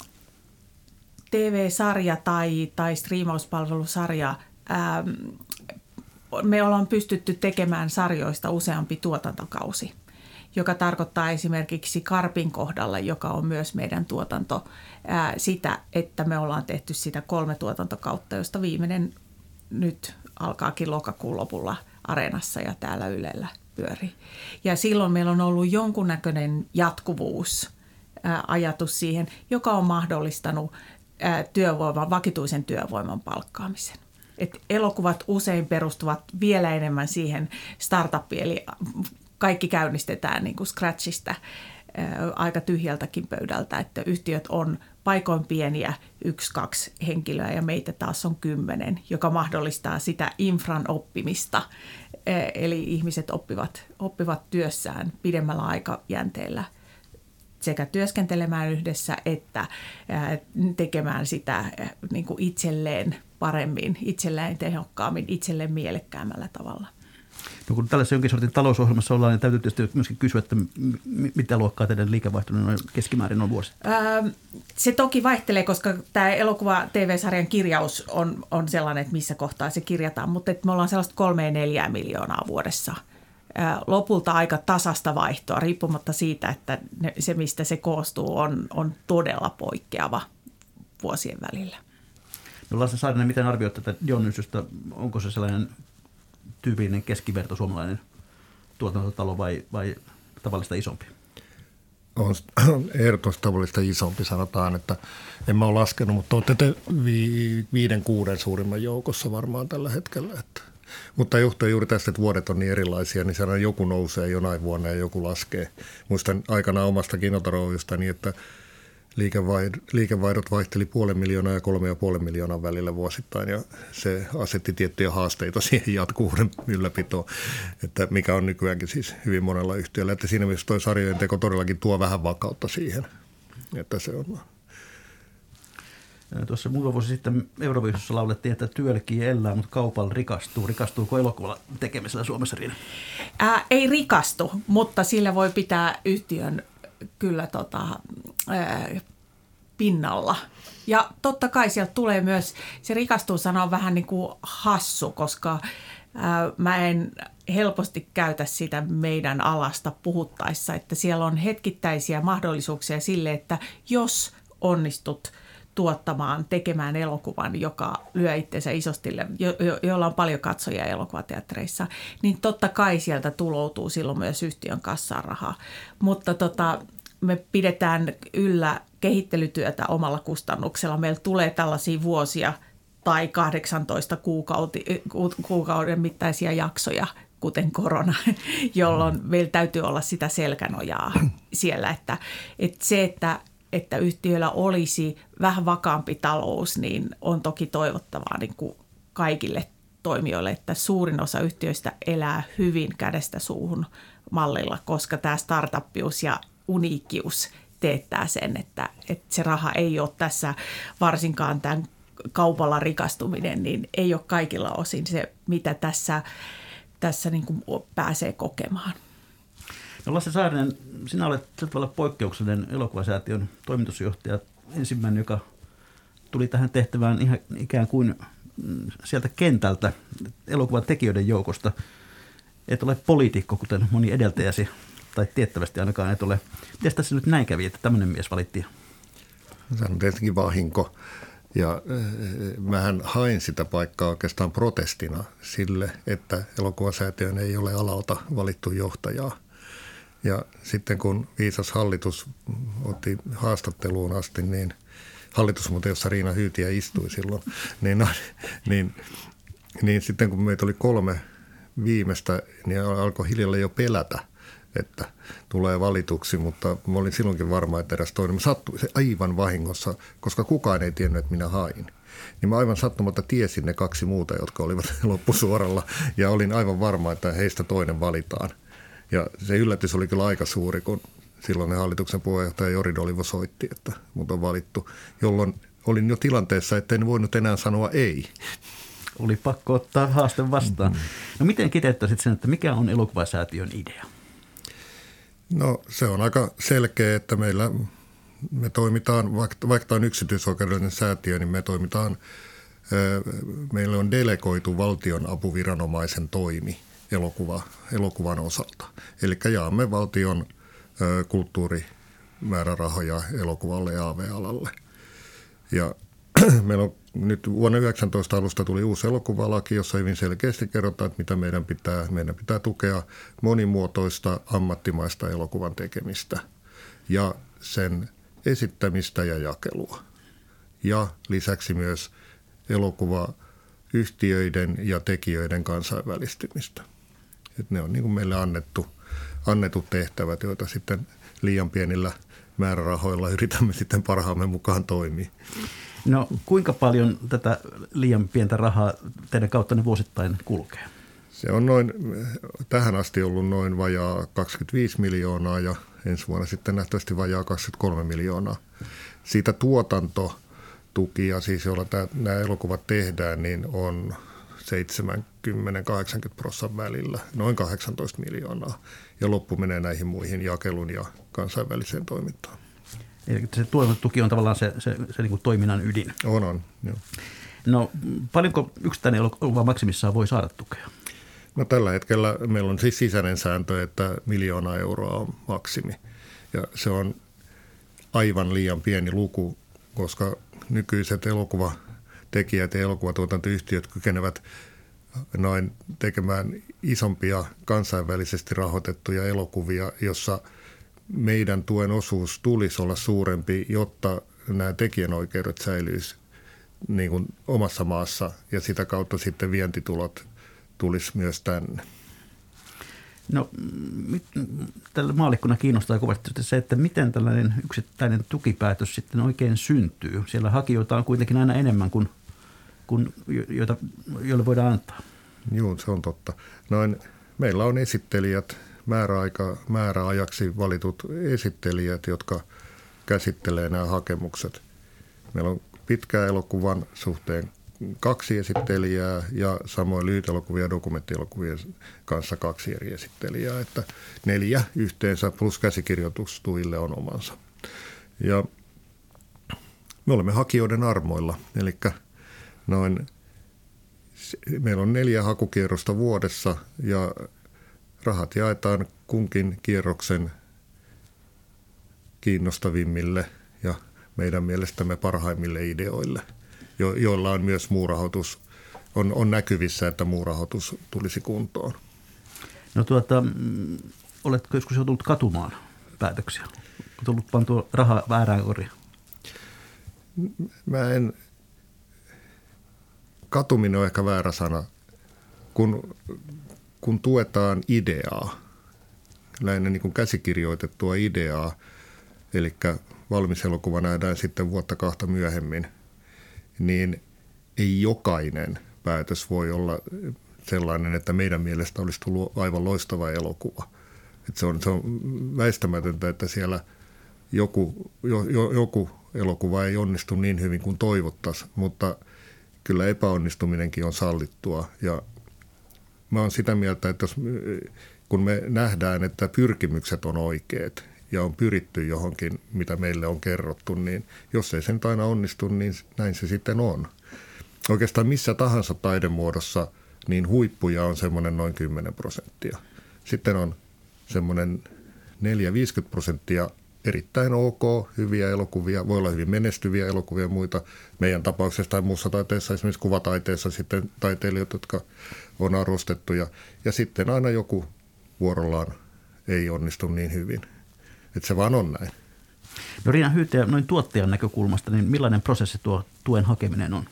T V-sarja tai, tai striimauspalvelusarja, ää, me ollaan pystytty tekemään sarjoista useampi tuotantokausi, joka tarkoittaa esimerkiksi Karpin kohdalla, joka on myös meidän tuotanto, ää, sitä, että me ollaan tehty sitä kolme tuotantokautta, josta viimeinen nyt alkaakin lokakuun lopulla Areenassa ja täällä Ylellä pyörii. Ja silloin meillä on ollut jonkunnäköinen jatkuvuus, ää, ajatus siihen, joka on mahdollistanut ää, työvoiman, vakituisen työvoiman palkkaamisen. Et elokuvat usein perustuvat vielä enemmän siihen startupiin, eli kaikki käynnistetään niin kuin scratchista ää, aika tyhjältäkin pöydältä, että yhtiöt on paikoin pieniä, yksi, kaksi henkilöä ja meitä taas on kymmenen, joka mahdollistaa sitä infran oppimista. Eli ihmiset oppivat, oppivat työssään pidemmällä aikajänteellä sekä työskentelemään yhdessä että tekemään sitä niin kuin itselleen paremmin, itselleen tehokkaammin, itselleen mielekkäämmällä tavalla. No kun tällaisessa jonkin sortin talousohjelmassa ollaan, niin täytyy tietysti myöskin kysyä, että mitä luokkaa teidän liikevaihtoinen keskimäärin on vuosi? Öö, se toki vaihtelee, koska tämä elokuva T V-sarjan kirjaus on, on sellainen, että missä kohtaa se kirjataan, mutta me ollaan sellaista kolme neljää miljoonaa vuodessa. Öö, lopulta aika tasasta vaihtoa, riippumatta siitä, että ne, se mistä se koostuu on, on todella poikkeava vuosien välillä. No Lasse Saarinen, miten arvioit tätä Dionysosta? Onko se sellainen tyypillinen keskiverto suomalainen tuotantotalo vai, vai tavallista isompi? On ehdottomasti tavallista isompi, sanotaan, että en mä ole laskenut, mutta olette te vi, viiden, kuuden suurimman joukossa varmaan tällä hetkellä. Että. Mutta johtuu juuri tästä, että vuodet on niin erilaisia, niin saadaan joku nousee jonain vuonna ja joku laskee. Muistan aikanaan omasta Kinotaroista niin, että liikevaihdot vaihteli puolen miljoonaa ja kolme ja puolen miljoonaa välillä vuosittain ja se asetti tiettyjä haasteita siihen jatkuvuuden ylläpitoon, että mikä on nykyäänkin siis hyvin monella yhtiöllä. Että siinä mielessä tuo sarjojen teko todellakin tuo vähän vakautta siihen, että se on. Tuossa muutama vuosi sitten Euroviisussa laulettiin, että työlkii elää, mutta kaupalla rikastuu. Rikastuuko elokuvalla tekemisellä Suomessa, Riina? Ää, ei rikastu, mutta sillä voi pitää yhtiön kyllä tota, ää, pinnalla. Ja totta kai sieltä tulee myös, se rikastuu-sana on vähän niin kuin hassu, koska ää, mä en helposti käytä sitä meidän alasta puhuttaessa, että siellä on hetkittäisiä mahdollisuuksia sille, että jos onnistut tuottamaan, tekemään elokuvan, joka lyö itsensä isostille, jo, jo, jolla on paljon katsojia elokuvateattereissa, niin totta kai sieltä tuloutuu silloin myös yhtiön kassaan rahaa. Mutta tota, me pidetään yllä kehittelytyötä omalla kustannuksella. Meillä tulee tällaisia vuosia tai kahdeksantoista kuukauti, kuukauden mittaisia jaksoja, kuten korona, jolloin meillä täytyy olla sitä selkänojaa siellä, että, että se, että että yhtiöllä olisi vähän vakaampi talous, niin on toki toivottavaa niin kuin kaikille toimijoille, että suurin osa yhtiöistä elää hyvin kädestä suuhun mallilla, koska tämä startuppius ja uniikkius teettää sen, että, että se raha ei ole tässä, varsinkaan tämän kaupalla rikastuminen, niin ei ole kaikilla osin se, mitä tässä, tässä niin kuin pääsee kokemaan. No Lasse Saarinen, sinä olet tavallaan poikkeuksellinen elokuvasäätiön toimitusjohtaja, ensimmäinen, joka tuli tähän tehtävään ihan ikään kuin sieltä kentältä elokuvan tekijöiden joukosta. Et ole poliitikko, kuten moni edeltäjäsi, tai tiettävästi ainakaan et ole. Miten tässä nyt näin kävi, että tämmöinen mies valittiin? Se on tietenkin vahinko. Ja mähän hain sitä paikkaa oikeastaan protestina sille, että elokuvasäätiön ei ole alalta valittu johtajaa. Ja sitten kun viisas hallitus otti haastatteluun asti, niin hallitus muuten, jossa Riina Hyytiä istui silloin, niin, niin, niin sitten kun meitä oli kolme viimeistä, niin alkoi hiljalleen jo pelätä, että tulee valituksi, mutta mä olin silloinkin varma, että eräs toinen. Mä sattuin se aivan vahingossa, koska kukaan ei tiennyt, että minä hain. Niin mä aivan sattumatta tiesin ne kaksi muuta, jotka olivat loppusuoralla, ja olin aivan varma, että heistä toinen valitaan. Ja se yllätys oli kyllä aika suuri, kun silloinen hallituksen puheenjohtaja Jori Dolivo soitti, että mut on valittu, jolloin olin jo tilanteessa, että en voinut enää sanoa ei. Oli pakko ottaa haaste vastaan. Mm-hmm. No miten kiteyttäisit sen, että mikä on elokuvasäätiön idea? No se on aika selkeä, että meillä me toimitaan, vaikka, vaikka tämä on yksityisoikeudellinen säätiö, niin me toimitaan, meillä on delegoitu valtion apuviranomaisen toimi elokuva, elokuvan osalta. Eli jaamme valtion kulttuurimäärärahoja elokuvalle ja A V-alalle. Ja meillä on nyt vuonna yhdeksäntoista alusta tuli uusi elokuvalaki, jossa hyvin selkeästi kerrotaan, että mitä meidän pitää. Meidän pitää tukea monimuotoista ammattimaista elokuvan tekemistä ja sen esittämistä ja jakelua. Ja lisäksi myös elokuvayhtiöiden ja tekijöiden kansainvälistymistä. Että ne on niin kuin meille annettu, annetut tehtävät, joita sitten liian pienillä määrärahoilla yritämme sitten parhaamme mukaan toimia. No kuinka paljon tätä liian pientä rahaa teidän kauttanne vuosittain kulkee? Se on noin, tähän asti ollut noin vajaa kaksikymmentäviisi miljoonaa ja ensi vuonna sitten nähtävästi vajaa kaksikymmentäkolme miljoonaa. Siitä tuotantotukia, siis jolla tämä, nämä elokuvat tehdään, niin on seitsemänkymmentä kahdeksankymmentä prosenttia välillä, noin kahdeksantoista miljoonaa. Ja loppu menee näihin muihin jakelun ja kansainväliseen toimintaan. Eli se tuotantotuki on tavallaan se, se, se niin kuin toiminnan ydin. On, on. Joo. No paljonko yksittäinen elokuva maksimissaan voi saada tukea? No tällä hetkellä meillä on siis sisäinen sääntö, että miljoona euroa on maksimi. Ja se on aivan liian pieni luku, koska nykyiset elokuvatekijät ja elokuvatuotantoyhtiöt kykenevät noin tekemään isompia kansainvälisesti rahoitettuja elokuvia, jossa meidän tuen osuus tulisi olla suurempi, jotta nämä tekijänoikeudet säilyisi niin kuin omassa maassa ja sitä kautta sitten vientitulot tulisi myös tänne. No tällä maallikkona kiinnostaa kovasti se, että miten tällainen yksittäinen tukipäätös sitten oikein syntyy. Siellä hakijoita on kuitenkin aina enemmän kuin, kuin joita, joille voidaan antaa. Joo, se on totta. Noin, meillä on esittelijät, määräaika, määräajaksi valitut esittelijät, jotka käsittelee nämä hakemukset. Meillä on pitkän elokuvan suhteen kaksi esittelijää ja samoin lyhytelokuvia ja dokumenttielokuvien kanssa kaksi eri esittelijää, että neljä yhteensä plus käsikirjoitustuille on omansa. Ja me olemme hakijoiden armoilla, eli noin, meillä on neljä hakukierrosta vuodessa ja rahat jaetaan kunkin kierroksen kiinnostavimmille ja meidän mielestämme parhaimmille ideoille, jo- joilla on myös muu rahoitus, on, on näkyvissä, että muu rahoitus tulisi kuntoon. No tuota, oletko joskus joutunut katumaan päätöksiä? Onko tullut pantua rahaa väärään koriin? Mä en, katuminen on ehkä väärä sana, kun, kun tuetaan ideaa, lähinnä niin kuin käsikirjoitettua ideaa, eli valmis elokuva nähdään sitten vuotta kahta myöhemmin, niin ei jokainen päätös voi olla sellainen, että meidän mielestä olisi tullut aivan loistava elokuva. Että se, on, se on väistämätöntä, että siellä joku, jo, jo, joku elokuva ei onnistu niin hyvin kuin toivottaisiin, mutta kyllä epäonnistuminenkin on sallittua. Ja mä oon sitä mieltä, että jos, kun me nähdään, että pyrkimykset on oikeat ja on pyritty johonkin, mitä meille on kerrottu, niin jos ei sen aina onnistu, niin näin se sitten on. Oikeastaan missä tahansa taidemuodossa niin huippuja on semmoinen noin kymmenen prosenttia. Sitten on semmoinen neljä viisikymmentä prosenttia erittäin ok, hyviä elokuvia, voi olla hyvin menestyviä elokuvia ja muita. Meidän tapauksessa tai muussa taiteessa, esimerkiksi kuvataiteessa sitten taiteilijoita, jotka on arvostettuja. Ja sitten aina joku vuorollaan ei onnistu niin hyvin. Että se vaan on näin. No Riina Hyytiä, noin tuottajan näkökulmasta, niin millainen prosessi tuo tuen hakeminen on?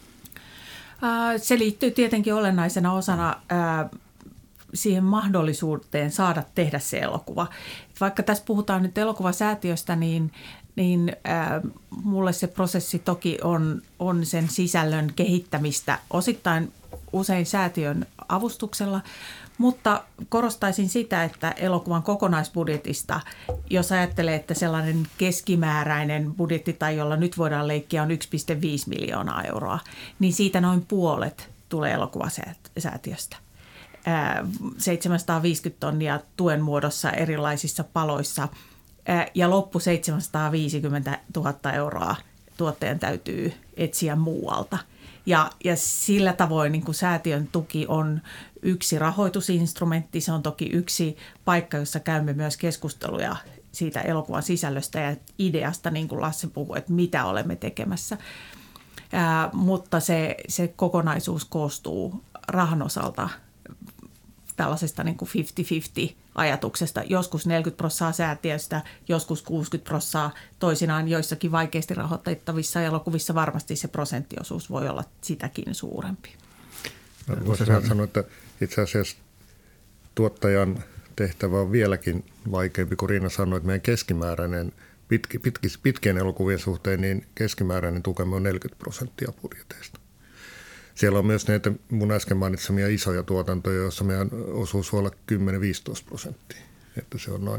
Se liittyy tietenkin olennaisena osana siihen mahdollisuuteen saada tehdä se elokuva. Vaikka tässä puhutaan nyt elokuvasäätiöstä, niin, niin äh, mulle se prosessi toki on, on sen sisällön kehittämistä osittain usein säätiön avustuksella, mutta korostaisin sitä, että elokuvan kokonaisbudjetista, jos ajattelee, että sellainen keskimääräinen budjetti tai jolla nyt voidaan leikkiä on yksi pilkku viisi miljoonaa euroa, niin siitä noin puolet tulee elokuvasäätiöstä. seitsemänsataaviisikymmentä tonnia tuen muodossa erilaisissa paloissa ja loppu seitsemänsataaviisikymmentätuhatta euroa tuottajan täytyy etsiä muualta. Ja, ja sillä tavoin niin kuin säätiön tuki on yksi rahoitusinstrumentti, se on toki yksi paikka, jossa käymme myös keskusteluja siitä elokuvan sisällöstä ja ideasta, niin kuin Lasse puhui, että mitä olemme tekemässä. Ää, mutta se, se kokonaisuus koostuu rahan osalta tällaisesta niin kuin viisikymmentä-viisikymmentä-ajatuksesta. Joskus neljäkymmentä prosenttia säätiöstä, joskus kuusikymmentä prosenttia toisinaan joissakin vaikeasti rahoitettavissa elokuvissa varmasti se prosenttiosuus voi olla sitäkin suurempi. Voisin sanoa, että itse asiassa tuottajan tehtävä on vieläkin vaikeampi, kun Riina sanoi, että meidän keskimääräinen pitki, pitki, pitkien elokuvien suhteen niin keskimääräinen tukemme on neljäkymmentä prosenttia budjeteista. Siellä on myös näitä mun äsken mainitsemia isoja tuotantoja, joissa meidän osuus voi olla kymmenen viisitoista prosenttia. Että se on noin.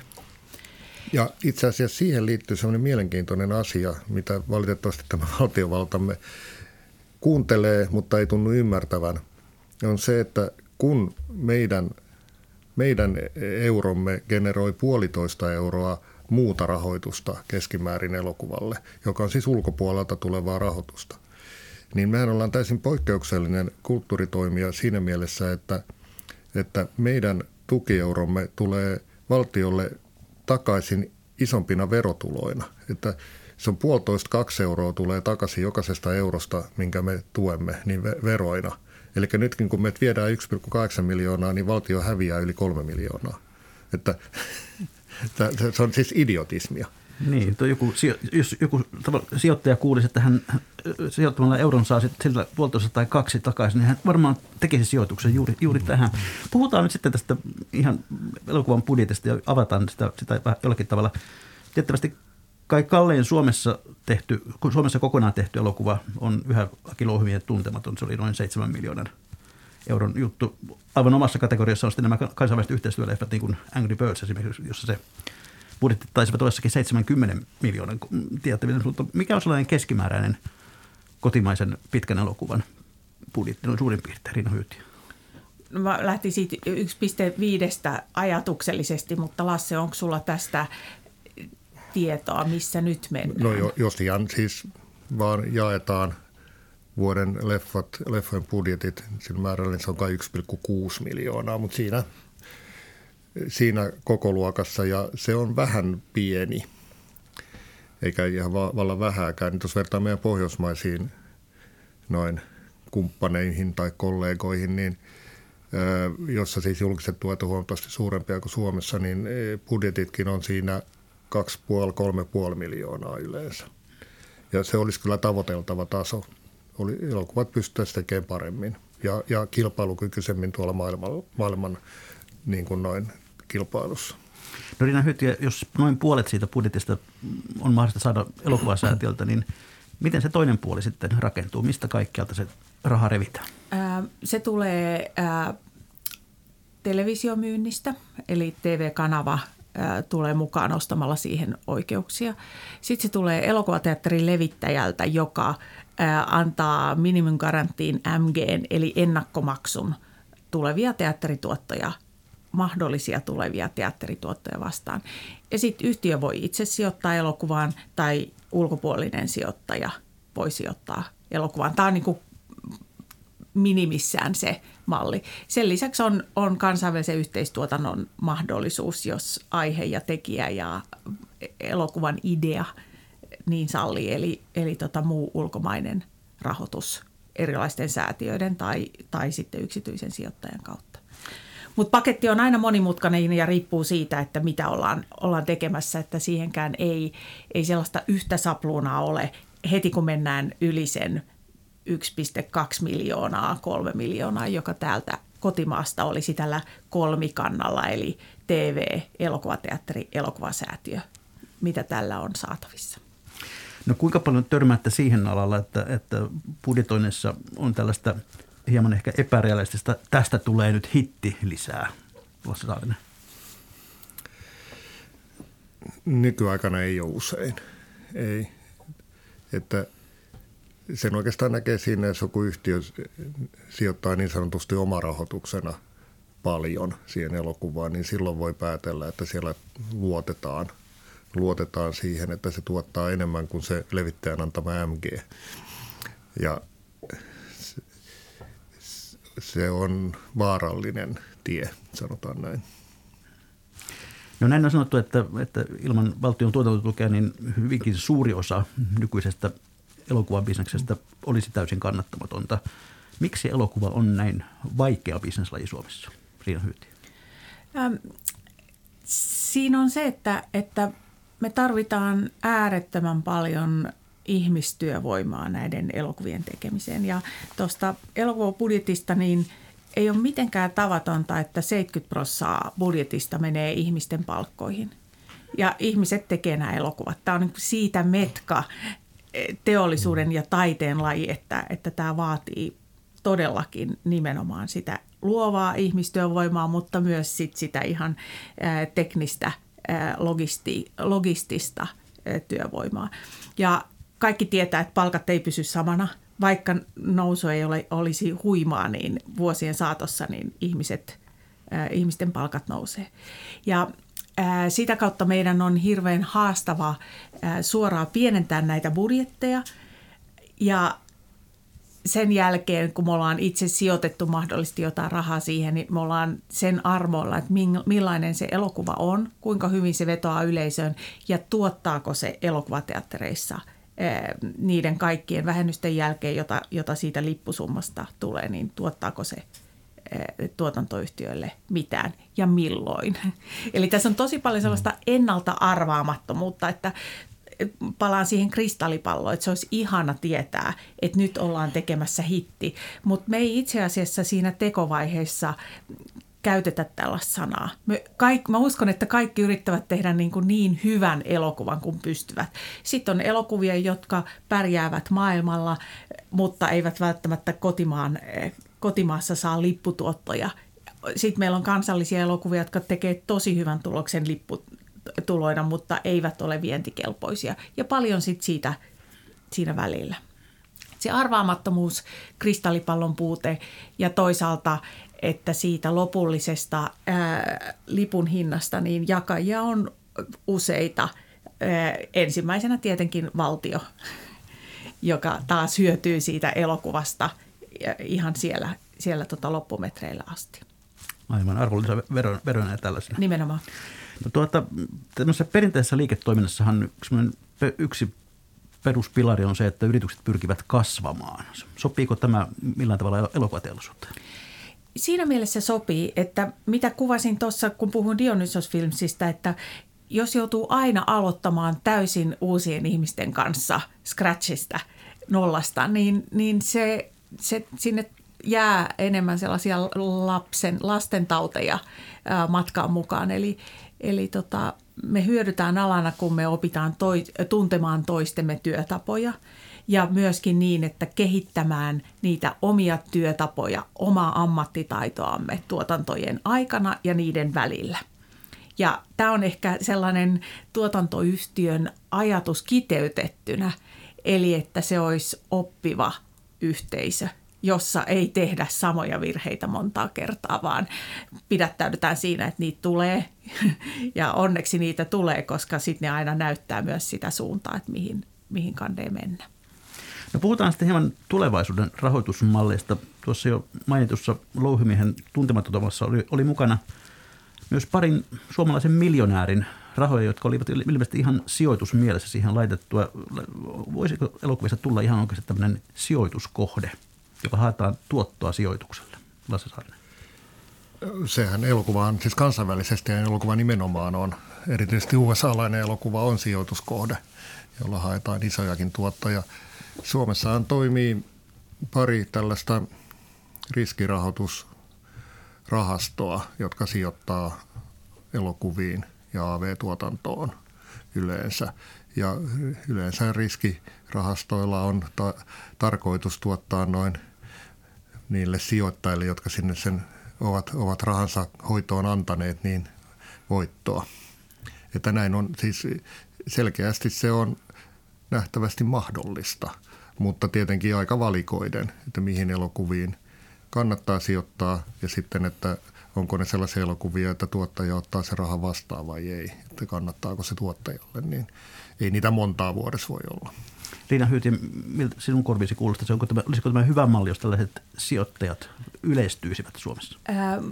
Ja itse asiassa siihen liittyy sellainen mielenkiintoinen asia, mitä valitettavasti tämä valtiovaltamme kuuntelee, mutta ei tunnu ymmärtävän, on se, että kun meidän, meidän euromme generoi puolitoista euroa muuta rahoitusta keskimäärin elokuvalle, joka on siis ulkopuolelta tulevaa rahoitusta, niin mehän ollaan täysin poikkeuksellinen kulttuuritoimija siinä mielessä, että, että meidän tukieuromme tulee valtiolle takaisin isompina verotuloina. Että se on puolitoista kaksi euroa tulee takaisin jokaisesta eurosta, minkä me tuemme, niin veroina. Eli nytkin kun me viedään yksi pilkku kahdeksan miljoonaa, niin valtio häviää yli kolme miljoonaa. Että se on siis idiotismia. Niin, joku, jos joku sijoittaja kuulisi, että hän sijoittamalla euron saa sillä puolitoista tai kaksi takaisin, niin hän varmaan tekisi sijoituksen juuri, juuri tähän. Puhutaan nyt sitten tästä ihan elokuvan budjetista ja avataan sitä, sitä jollakin tavalla. Tiettävästi kai kallein Suomessa tehty, Suomessa kokonaan tehty elokuva on yhä Aki Louhimien Tuntematon. Se oli noin seitsemän miljoonan euron juttu. Aivan omassa kategoriassa on sitten nämä kansainväliset yhteistyöleffat, niin kuin Angry Birds esimerkiksi, jossa se budjetti taisivat ollakin seitsemänkymmentä miljoonan tietävillä, mutta mikä on sellainen keskimääräinen kotimaisen pitkän elokuvan budjetti, noin suurin piirtein, Riina Hyytiä? No mä lähtin siitä yksi pilkku viisi ajatuksellisesti, mutta Lasse, onko sulla tästä tietoa, missä nyt mennään? No jo, jos ihan siis vaan jaetaan vuoden leffat, leffojen budjetit, sillä määrällä niin se on kai yksi pilkku kuusi miljoonaa, mutta siinä siinä kokoluokassa ja se on vähän pieni, eikä ihan vallan vähääkään. Niin jos vertaa meidän pohjoismaisiin noin kumppaneihin tai kollegoihin, niin jossa siis julkiset tuet on huomattavasti suurempia kuin Suomessa, niin budjetitkin on siinä kaksi pilkku viisi kolme pilkku viisi miljoonaa yleensä. Ja se olisi kyllä tavoiteltava taso. Elokuvat pystyttäisiin tekemään paremmin ja, ja kilpailukykyisemmin tuolla maailman, maailman niin kuin noin kilpailussa. No Riina Hyytiä, jos noin puolet siitä budjetista on mahdollista saada elokuvasäätiöltä, niin miten se toinen puoli sitten rakentuu? Mistä kaikkialta se raha revitään? Ää, se tulee ää, televisiomyynnistä, eli T V-kanava ää, tulee mukaan ostamalla siihen oikeuksia. Sitten se tulee elokuvateatterin levittäjältä, joka ää, antaa minimum guaranteein M G:n, eli ennakkomaksun tulevia teatterituottoja mahdollisia tulevia teatterituottoja vastaan. Ja sitten yhtiö voi itse sijoittaa elokuvaan tai ulkopuolinen sijoittaja voi sijoittaa elokuvaan. Tämä on niin kuin minimissään se malli. Sen lisäksi on, on kansainvälisen yhteistuotannon mahdollisuus, jos aihe ja tekijä ja elokuvan idea niin sallii, eli, eli tota muu ulkomainen rahoitus erilaisten säätiöiden tai, tai sitten yksityisen sijoittajan kautta. Mutta paketti on aina monimutkainen ja riippuu siitä, että mitä ollaan, ollaan tekemässä, että siihenkään ei, ei sellaista yhtä sapluunaa ole heti kun mennään yli sen yksi pilkku kaksi miljoonaa, kolme miljoonaa, joka täältä kotimaasta olisi tällä kolmikannalla, eli T V, elokuvateatteri, elokuvasäätiö, mitä tällä on saatavissa. No kuinka paljon törmäätte siihen alalla, että, että budjetoinnissa on tällaista hieman ehkä epärealistista, tästä tulee nyt hitti lisää, Lasse Saarinen? Nykyaikana ei ole usein. Ei. Että sen oikeastaan näkee siinä, jos joku yhtiö sijoittaa niin sanotusti omarahoituksena paljon siihen elokuvaan, niin silloin voi päätellä, että siellä luotetaan, luotetaan siihen, että se tuottaa enemmän kuin se levittäjän antama M G. Ja se on vaarallinen tie, sanotaan näin. No näin on sanottu, että, että ilman valtion tuotantotukea niin hyvinkin suuri osa nykyisestä elokuvabisneksestä olisi täysin kannattamatonta. Miksi elokuva on näin vaikea bisneslaji Suomessa? Riina Hyyti. Ähm, siinä on se, että, että me tarvitaan äärettömän paljon ihmistyövoimaa näiden elokuvien tekemiseen. Ja tuosta elokuvabudjetista niin ei ole mitenkään tavatonta, että seitsemänkymmentä prosenttia budjetista menee ihmisten palkkoihin. Ja ihmiset tekee nämä elokuvat. Tämä on niin siitä metka teollisuuden ja taiteen laji, että, että tämä vaatii todellakin nimenomaan sitä luovaa ihmistyövoimaa, mutta myös sit sitä ihan ää, teknistä, ää, logisti, logistista ää, työvoimaa. Ja kaikki tietää, että palkat ei pysy samana. Vaikka nousu ei ole, olisi huimaa, niin vuosien saatossa niin ihmiset, ää, ihmisten palkat nousee. Ja ää, sitä kautta meidän on hirveän haastavaa ää, suoraan pienentää näitä budjetteja. Ja sen jälkeen, kun me ollaan itse sijoitettu mahdollisesti jotain rahaa siihen, niin me ollaan sen armoilla, että millainen se elokuva on, kuinka hyvin se vetoaa yleisöön ja tuottaako se elokuvateattereissa niiden kaikkien vähennysten jälkeen, jota, jota siitä lippusummasta tulee, niin tuottaako se tuotantoyhtiöille mitään ja milloin. Eli tässä on tosi paljon sellaista ennalta arvaamattomuutta, että palaan siihen kristallipalloon, että se olisi ihana tietää, että nyt ollaan tekemässä hitti, mutta me ei itse asiassa siinä tekovaiheessa käytetä tällaista sanaa. Me kaik, mä uskon, että kaikki yrittävät tehdä niin, kuin niin hyvän elokuvan kuin pystyvät. Sitten on elokuvia, jotka pärjäävät maailmalla, mutta eivät välttämättä kotimaan, kotimaassa saa lipputuottoja. Sitten meillä on kansallisia elokuvia, jotka tekee tosi hyvän tuloksen lipputuloina, mutta eivät ole vientikelpoisia. Ja paljon sitten siitä siinä välillä. Se arvaamattomuus, kristallipallon puute ja toisaalta että siitä lopullisesta ää, lipun hinnasta niin jakajia on useita. Ää, ensimmäisenä tietenkin valtio, joka taas hyötyy siitä elokuvasta ihan siellä, siellä tota loppumetreillä asti. Aivan, arvonlisäveroja ja tällaisena. Nimenomaan. No tuota, tämmöisessä perinteisessä liiketoiminnassahan yksi peruspilari on se, että yritykset pyrkivät kasvamaan. Sopiiko tämä millään tavalla elokuvateollisuuteen? Siinä mielessä sopii, että mitä kuvasin tuossa, kun puhuin Dionysos Filmsistä, että jos joutuu aina aloittamaan täysin uusien ihmisten kanssa scratchista, nollasta, niin, niin se, se sinne jää enemmän sellaisia lapsen, lastentauteja ää, matkaan mukaan. Eli, eli tota, me hyödytään alana, kun me opitaan toi, tuntemaan toistemme työtapoja. Ja myöskin niin, että kehittämään niitä omia työtapoja, omaa ammattitaitoamme tuotantojen aikana ja niiden välillä. Ja tämä on ehkä sellainen tuotantoyhtiön ajatus kiteytettynä, eli että se olisi oppiva yhteisö, jossa ei tehdä samoja virheitä montaa kertaa, vaan pidättäydytään siinä, että niitä tulee ja onneksi niitä tulee, koska sitten ne aina näyttää myös sitä suuntaa, että mihin, mihin kandeen mennä. No puhutaan sitten hieman tulevaisuuden rahoitusmalleista. Tuossa jo mainitussa Louhimiehen Tuntematontomassa oli, oli mukana myös parin suomalaisen miljonäärin rahoja, jotka olivat ilmeisesti ihan sijoitusmielessä siihen laitettua. Voisiko elokuvissa tulla ihan oikeasti tämmöinen sijoituskohde, joka haetaan tuottoa sijoitukselle? Lasse Saarinen. Sehän elokuva on, siis kansainvälisesti ja elokuva nimenomaan on, erityisesti U S A-lainen elokuva on sijoituskohde, jolla haetaan isojakin tuottoja. Suomessahan toimii pari tällaista riskirahoitusrahastoa, jotka sijoittaa elokuviin ja A V-tuotantoon yleensä. Ja yleensä riskirahastoilla on ta- tarkoitus tuottaa noin niille sijoittajille, jotka sinne sen ovat, ovat rahansa hoitoon antaneet, niin voittoa. Että näin on, siis selkeästi se on nähtävästi mahdollista, mutta tietenkin aika valikoiden, että mihin elokuviin kannattaa sijoittaa ja sitten, että onko ne sellaisia elokuvia, että tuottaja ottaa se raha vastaan vai ei, että kannattaako se tuottajalle, niin ei niitä montaa vuodessa voi olla. Riina Hyyti, miltä sinun korviisi kuulostaa, onko tämä, olisiko tämä hyvä malli, jos tällaiset sijoittajat yleistyisivät Suomessa? Ähm,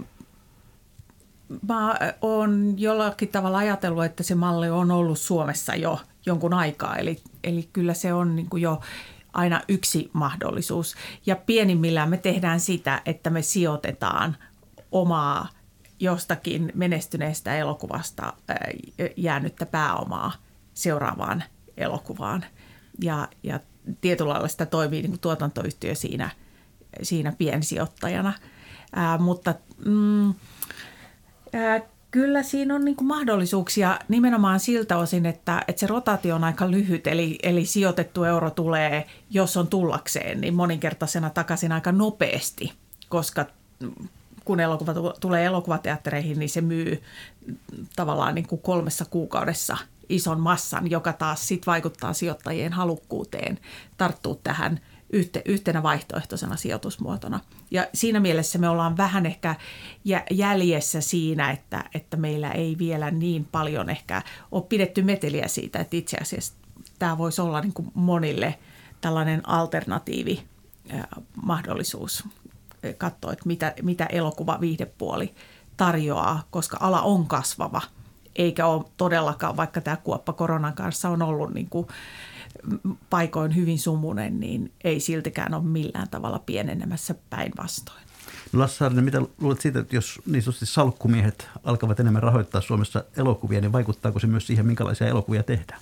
mä oon jollakin tavalla ajatellut, että se malli on ollut Suomessa jo jonkun aikaa, eli, eli kyllä se on niin kuin jo aina yksi mahdollisuus. Ja pienimmillään me tehdään sitä, että me sijoitetaan omaa jostakin menestyneestä elokuvasta jäänyttä pääomaa seuraavaan elokuvaan. Ja, ja tietyllä lailla sitä toimii niin kuin tuotantoyhtiö siinä, siinä piensijoittajana. Ää, mutta mm, ää, kyllä siinä on niin kuin mahdollisuuksia nimenomaan siltä osin, että, että se rotaatio on aika lyhyt. Eli, eli sijoitettu euro tulee, jos on tullakseen, niin moninkertaisena takaisin aika nopeasti, koska kun elokuva tulee elokuvateattereihin, niin se myy tavallaan niin kuin kolmessa kuukaudessa ison massan, joka taas sit vaikuttaa sijoittajien halukkuuteen tarttua tähän yhte, yhtenä vaihtoehtoisena sijoitusmuotona. Ja siinä mielessä me ollaan vähän ehkä jäljessä siinä, että, että meillä ei vielä niin paljon ehkä ole pidetty meteliä siitä, että itse asiassa tämä voisi olla niin kuin monille tällainen alternatiivi mahdollisuus katsoa, että mitä, mitä elokuva viihdepuoli tarjoaa, koska ala on kasvava, eikä ole todellakaan, vaikka tämä kuoppa koronan kanssa on ollut niin kuin paikoin hyvin sumunen, niin ei siltikään ole millään tavalla pienenemässä päinvastoin. No Lasse Saarinen, mitä luulet siitä, että jos niin sanotusti salkkumiehet alkavat enemmän rahoittaa Suomessa elokuvia, niin vaikuttaako se myös siihen, minkälaisia elokuvia tehdään?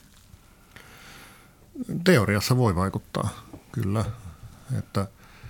Teoriassa voi vaikuttaa, kyllä. Että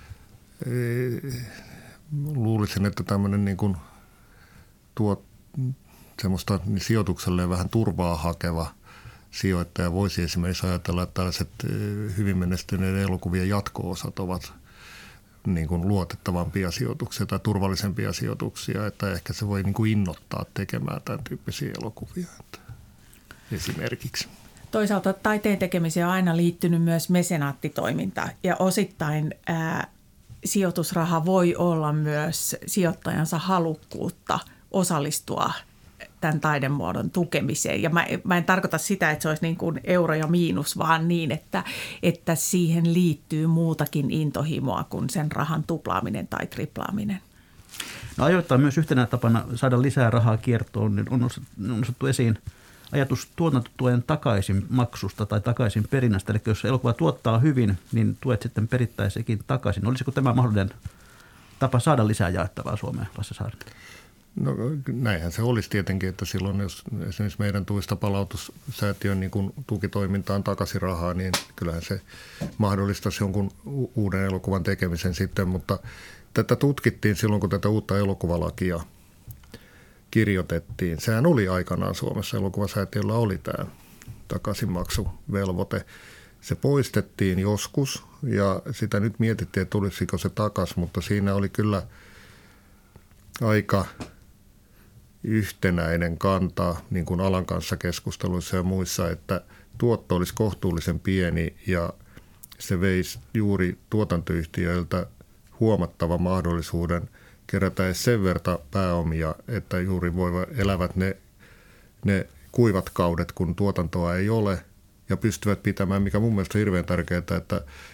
luulisin, että tämmöinen niin kuin tuo semmoista sijoitukselle vähän turvaa hakeva sijoittaja voisi esimerkiksi ajatella, että tällaiset hyvin menestyneiden elokuvien jatko-osat ovat niin kuin luotettavampia sijoituksia tai turvallisempia sijoituksia, että ehkä se voi niin kuin innoittaa tekemään tämän tyyppisiä elokuvia esimerkiksi. Toisaalta taiteen tekemiseen on aina liittynyt myös mesenaattitoiminta ja osittain ää, sijoitusraha voi olla myös sijoittajansa halukkuutta osallistua tämän taidemuodon tukemiseen. Ja mä, mä en tarkoita sitä, että se olisi niin kuin euro ja miinus, vaan niin, että, että siihen liittyy muutakin intohimoa kuin sen rahan tuplaaminen tai triplaaminen. No ajoittain myös yhtenä tapana saada lisää rahaa kiertoon, niin on nostettu esiin ajatus tuotantotuen takaisin maksusta tai takaisin perinnästä. Eli jos elokuva tuottaa hyvin, niin tuet sitten perittäisikin takaisin. Olisiko tämä mahdollinen tapa saada lisää jaettavaa Suomeen, Lasse Saarinen? No näinhän se olisi tietenkin, että silloin jos esimerkiksi meidän tuista palautussäätiön niin kun tukitoimintaan takaisin rahaa, niin kyllähän se mahdollistaisi jonkun uuden elokuvan tekemisen sitten, mutta tätä tutkittiin silloin, kun tätä uutta elokuvalakia kirjoitettiin. Sehän oli aikanaan Suomessa, elokuvasäätiöllä oli tämä takaisinmaksuvelvoite. Se poistettiin joskus ja sitä nyt mietittiin, että tulisiko se takaisin, mutta siinä oli kyllä aika yhtenäinen kanta niin kuin alan kanssa keskusteluissa ja muissa, että tuotto olisi kohtuullisen pieni ja se veisi juuri tuotantoyhtiöiltä huomattavan mahdollisuuden kerätä edes sen verta pääomia, että juuri voivat elävät ne, ne kuivat kaudet, kun tuotantoa ei ole ja pystyvät pitämään, mikä mun mielestä on hirveän tärkeää, että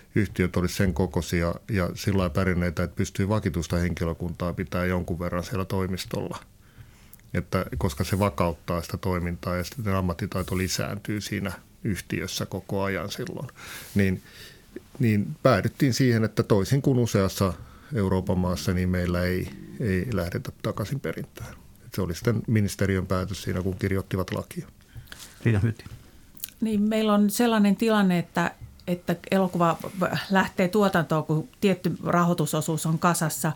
yhtiöt olisi sen kokoisia ja sillä lailla pärjänneitä, että pystyy vakituista henkilökuntaa pitää jonkun verran siellä toimistolla. Että, koska se vakauttaa sitä toimintaa ja sitten ammattitaito lisääntyy siinä yhtiössä koko ajan silloin. Niin, niin päädyttiin siihen, että toisin kuin useassa Euroopan maassa, niin meillä ei, ei lähdetä takaisin perintään. Et se oli sitten ministeriön päätös siinä, kun kirjoittivat lakia. Riina Hytti. Niin, meillä on sellainen tilanne, että, että elokuva lähtee tuotantoon, kun tietty rahoitusosuus on kasassa,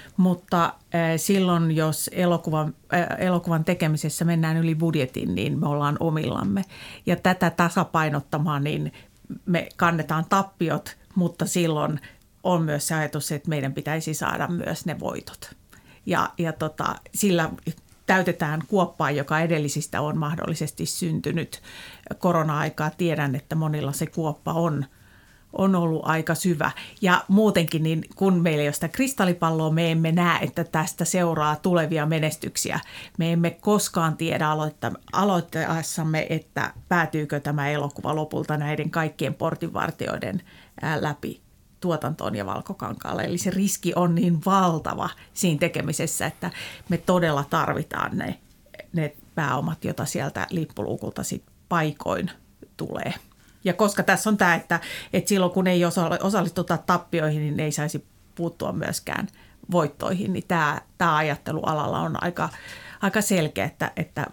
mutta silloin, jos elokuvan, elokuvan tekemisessä mennään yli budjetin, niin me ollaan omillamme. Ja tätä tasapainottamaan, niin me kannetaan tappiot, mutta silloin on myös se ajatus, että meidän pitäisi saada myös ne voitot. Ja, ja tota, sillä täytetään kuoppaa, joka edellisistä on mahdollisesti syntynyt korona-aikaa. Tiedän, että monilla se kuoppa on, on ollut aika syvä. Ja muutenkin, niin kun meillä ei ole sitä kristallipalloa, me emme näe, että tästä seuraa tulevia menestyksiä. Me emme koskaan tiedä aloittaessamme, että päätyykö tämä elokuva lopulta näiden kaikkien portinvartijoiden läpi tuotantoon ja Valkokankaalle. Eli se riski on niin valtava siinä tekemisessä, että me todella tarvitaan ne, ne pääomat, joita sieltä lippuluukulta sit paikoin tulee. Ja koska tässä on tämä, että, että silloin kun ei osallistuta tappioihin, niin ei saisi puuttua myöskään voittoihin, niin tämä, tämä ajattelu alalla on aika, aika selkeä, että, että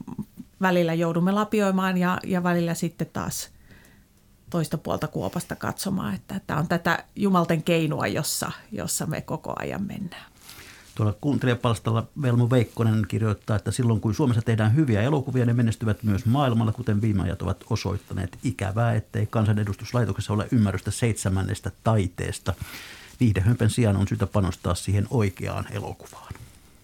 välillä joudumme lapioimaan ja, ja välillä sitten taas toista puolta kuopasta katsomaan, että tämä on tätä jumalten keinua, jossa, jossa me koko ajan mennään. Tuolla kuuntelijapalstalla Velmu Veikkonen kirjoittaa, että silloin kun Suomessa tehdään hyviä elokuvia, ne menestyvät myös maailmalla, kuten viime ajat ovat osoittaneet. Ikävää, ettei kansanedustuslaitoksessa ole ymmärrystä seitsemännestä taiteesta. Viihdehömpän sijaan on syytä panostaa siihen oikeaan elokuvaan.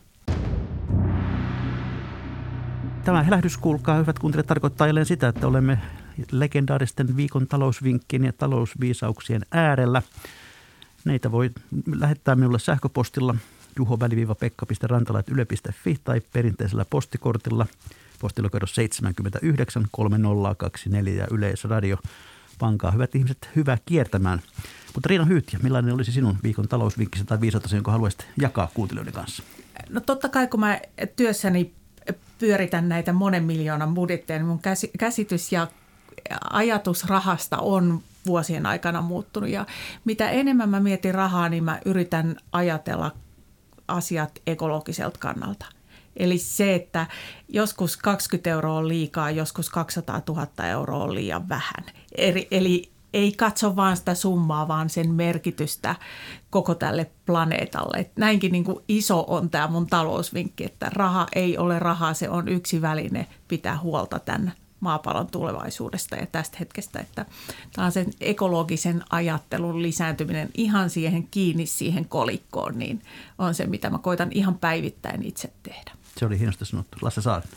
Tämä helähdys, kuulkaa hyvät kuuntelijat, tarkoittaa jälleen sitä, että olemme legendaaristen viikon talousvinkkien ja talousviisauksien äärellä. Neitä voi lähettää minulle sähköpostilla juho-pekka piste rantala ät yle piste fi tai perinteisellä postikortilla. Postilokero seitsemänkymmentäyhdeksän kolme nolla kaksi neljä ja Yleisradio. Pankaa hyvät ihmiset hyvää kiertämään. Mutta Riina Hyytiä, millainen olisi sinun viikon talousvinkkisi tai viisautasi, jonka haluaisit jakaa kuuntelijoiden kanssa? No totta kai, kun mä työssäni pyöritän näitä monen miljoonan budjetteja, niin mun käsitys ja ajatus rahasta on vuosien aikana muuttunut. Ja mitä enemmän mä mietin rahaa, niin mä yritän ajatella asiat ekologiselta kannalta. Eli se, että joskus kaksikymmentä euroa on liikaa, joskus kaksisataatuhatta euroa on liian vähän. Eli, eli ei katso vaan sitä summaa, vaan sen merkitystä koko tälle planeetalle. Et näinkin niin kuin iso on tämä mun talousvinkki, että raha ei ole rahaa, se on yksi väline pitää huolta tämän maapallon tulevaisuudesta ja tästä hetkestä, että tämä on sen ekologisen ajattelun lisääntyminen ihan siihen kiinni siihen kolikkoon, niin on se, mitä mä koitan ihan päivittäin itse tehdä. Se oli hienosti sanottu. Lasse Saarinen.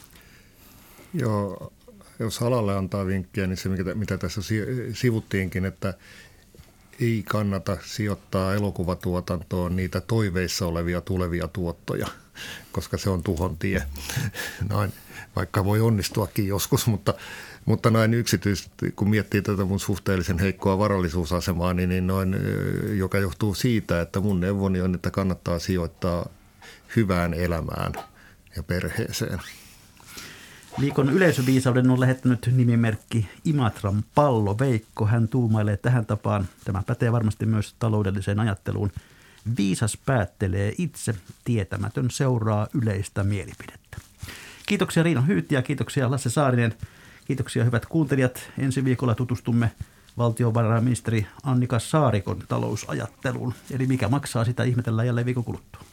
Joo, jos alalle antaa vinkkiä, niin se, mitä tässä sivuttiinkin, että ei kannata sijoittaa elokuvatuotantoon niitä toiveissa olevia tulevia tuottoja, koska se on tuhon tie. Noin, vaikka voi onnistuakin joskus, mutta, mutta näin yksityisesti, kun miettii tätä mun suhteellisen heikkoa varallisuusasemaa, niin, niin noin, joka johtuu siitä, että mun neuvoni on, että kannattaa sijoittaa hyvään elämään ja perheeseen. Viikon yleisöviisauden on lähettänyt nimimerkki Imatran pallo Veikko. Hän tuumailee tähän tapaan. Tämä pätee varmasti myös taloudelliseen ajatteluun. Viisas päättelee itse, tietämätön seuraa yleistä mielipidettä. Kiitoksia Riina Hyytti ja kiitoksia Lasse Saarinen. Kiitoksia hyvät kuuntelijat. Ensi viikolla tutustumme valtiovarainministeri Annika Saarikon talousajatteluun. Eli mikä maksaa, sitä ihmetellään jälleen viikon kuluttua.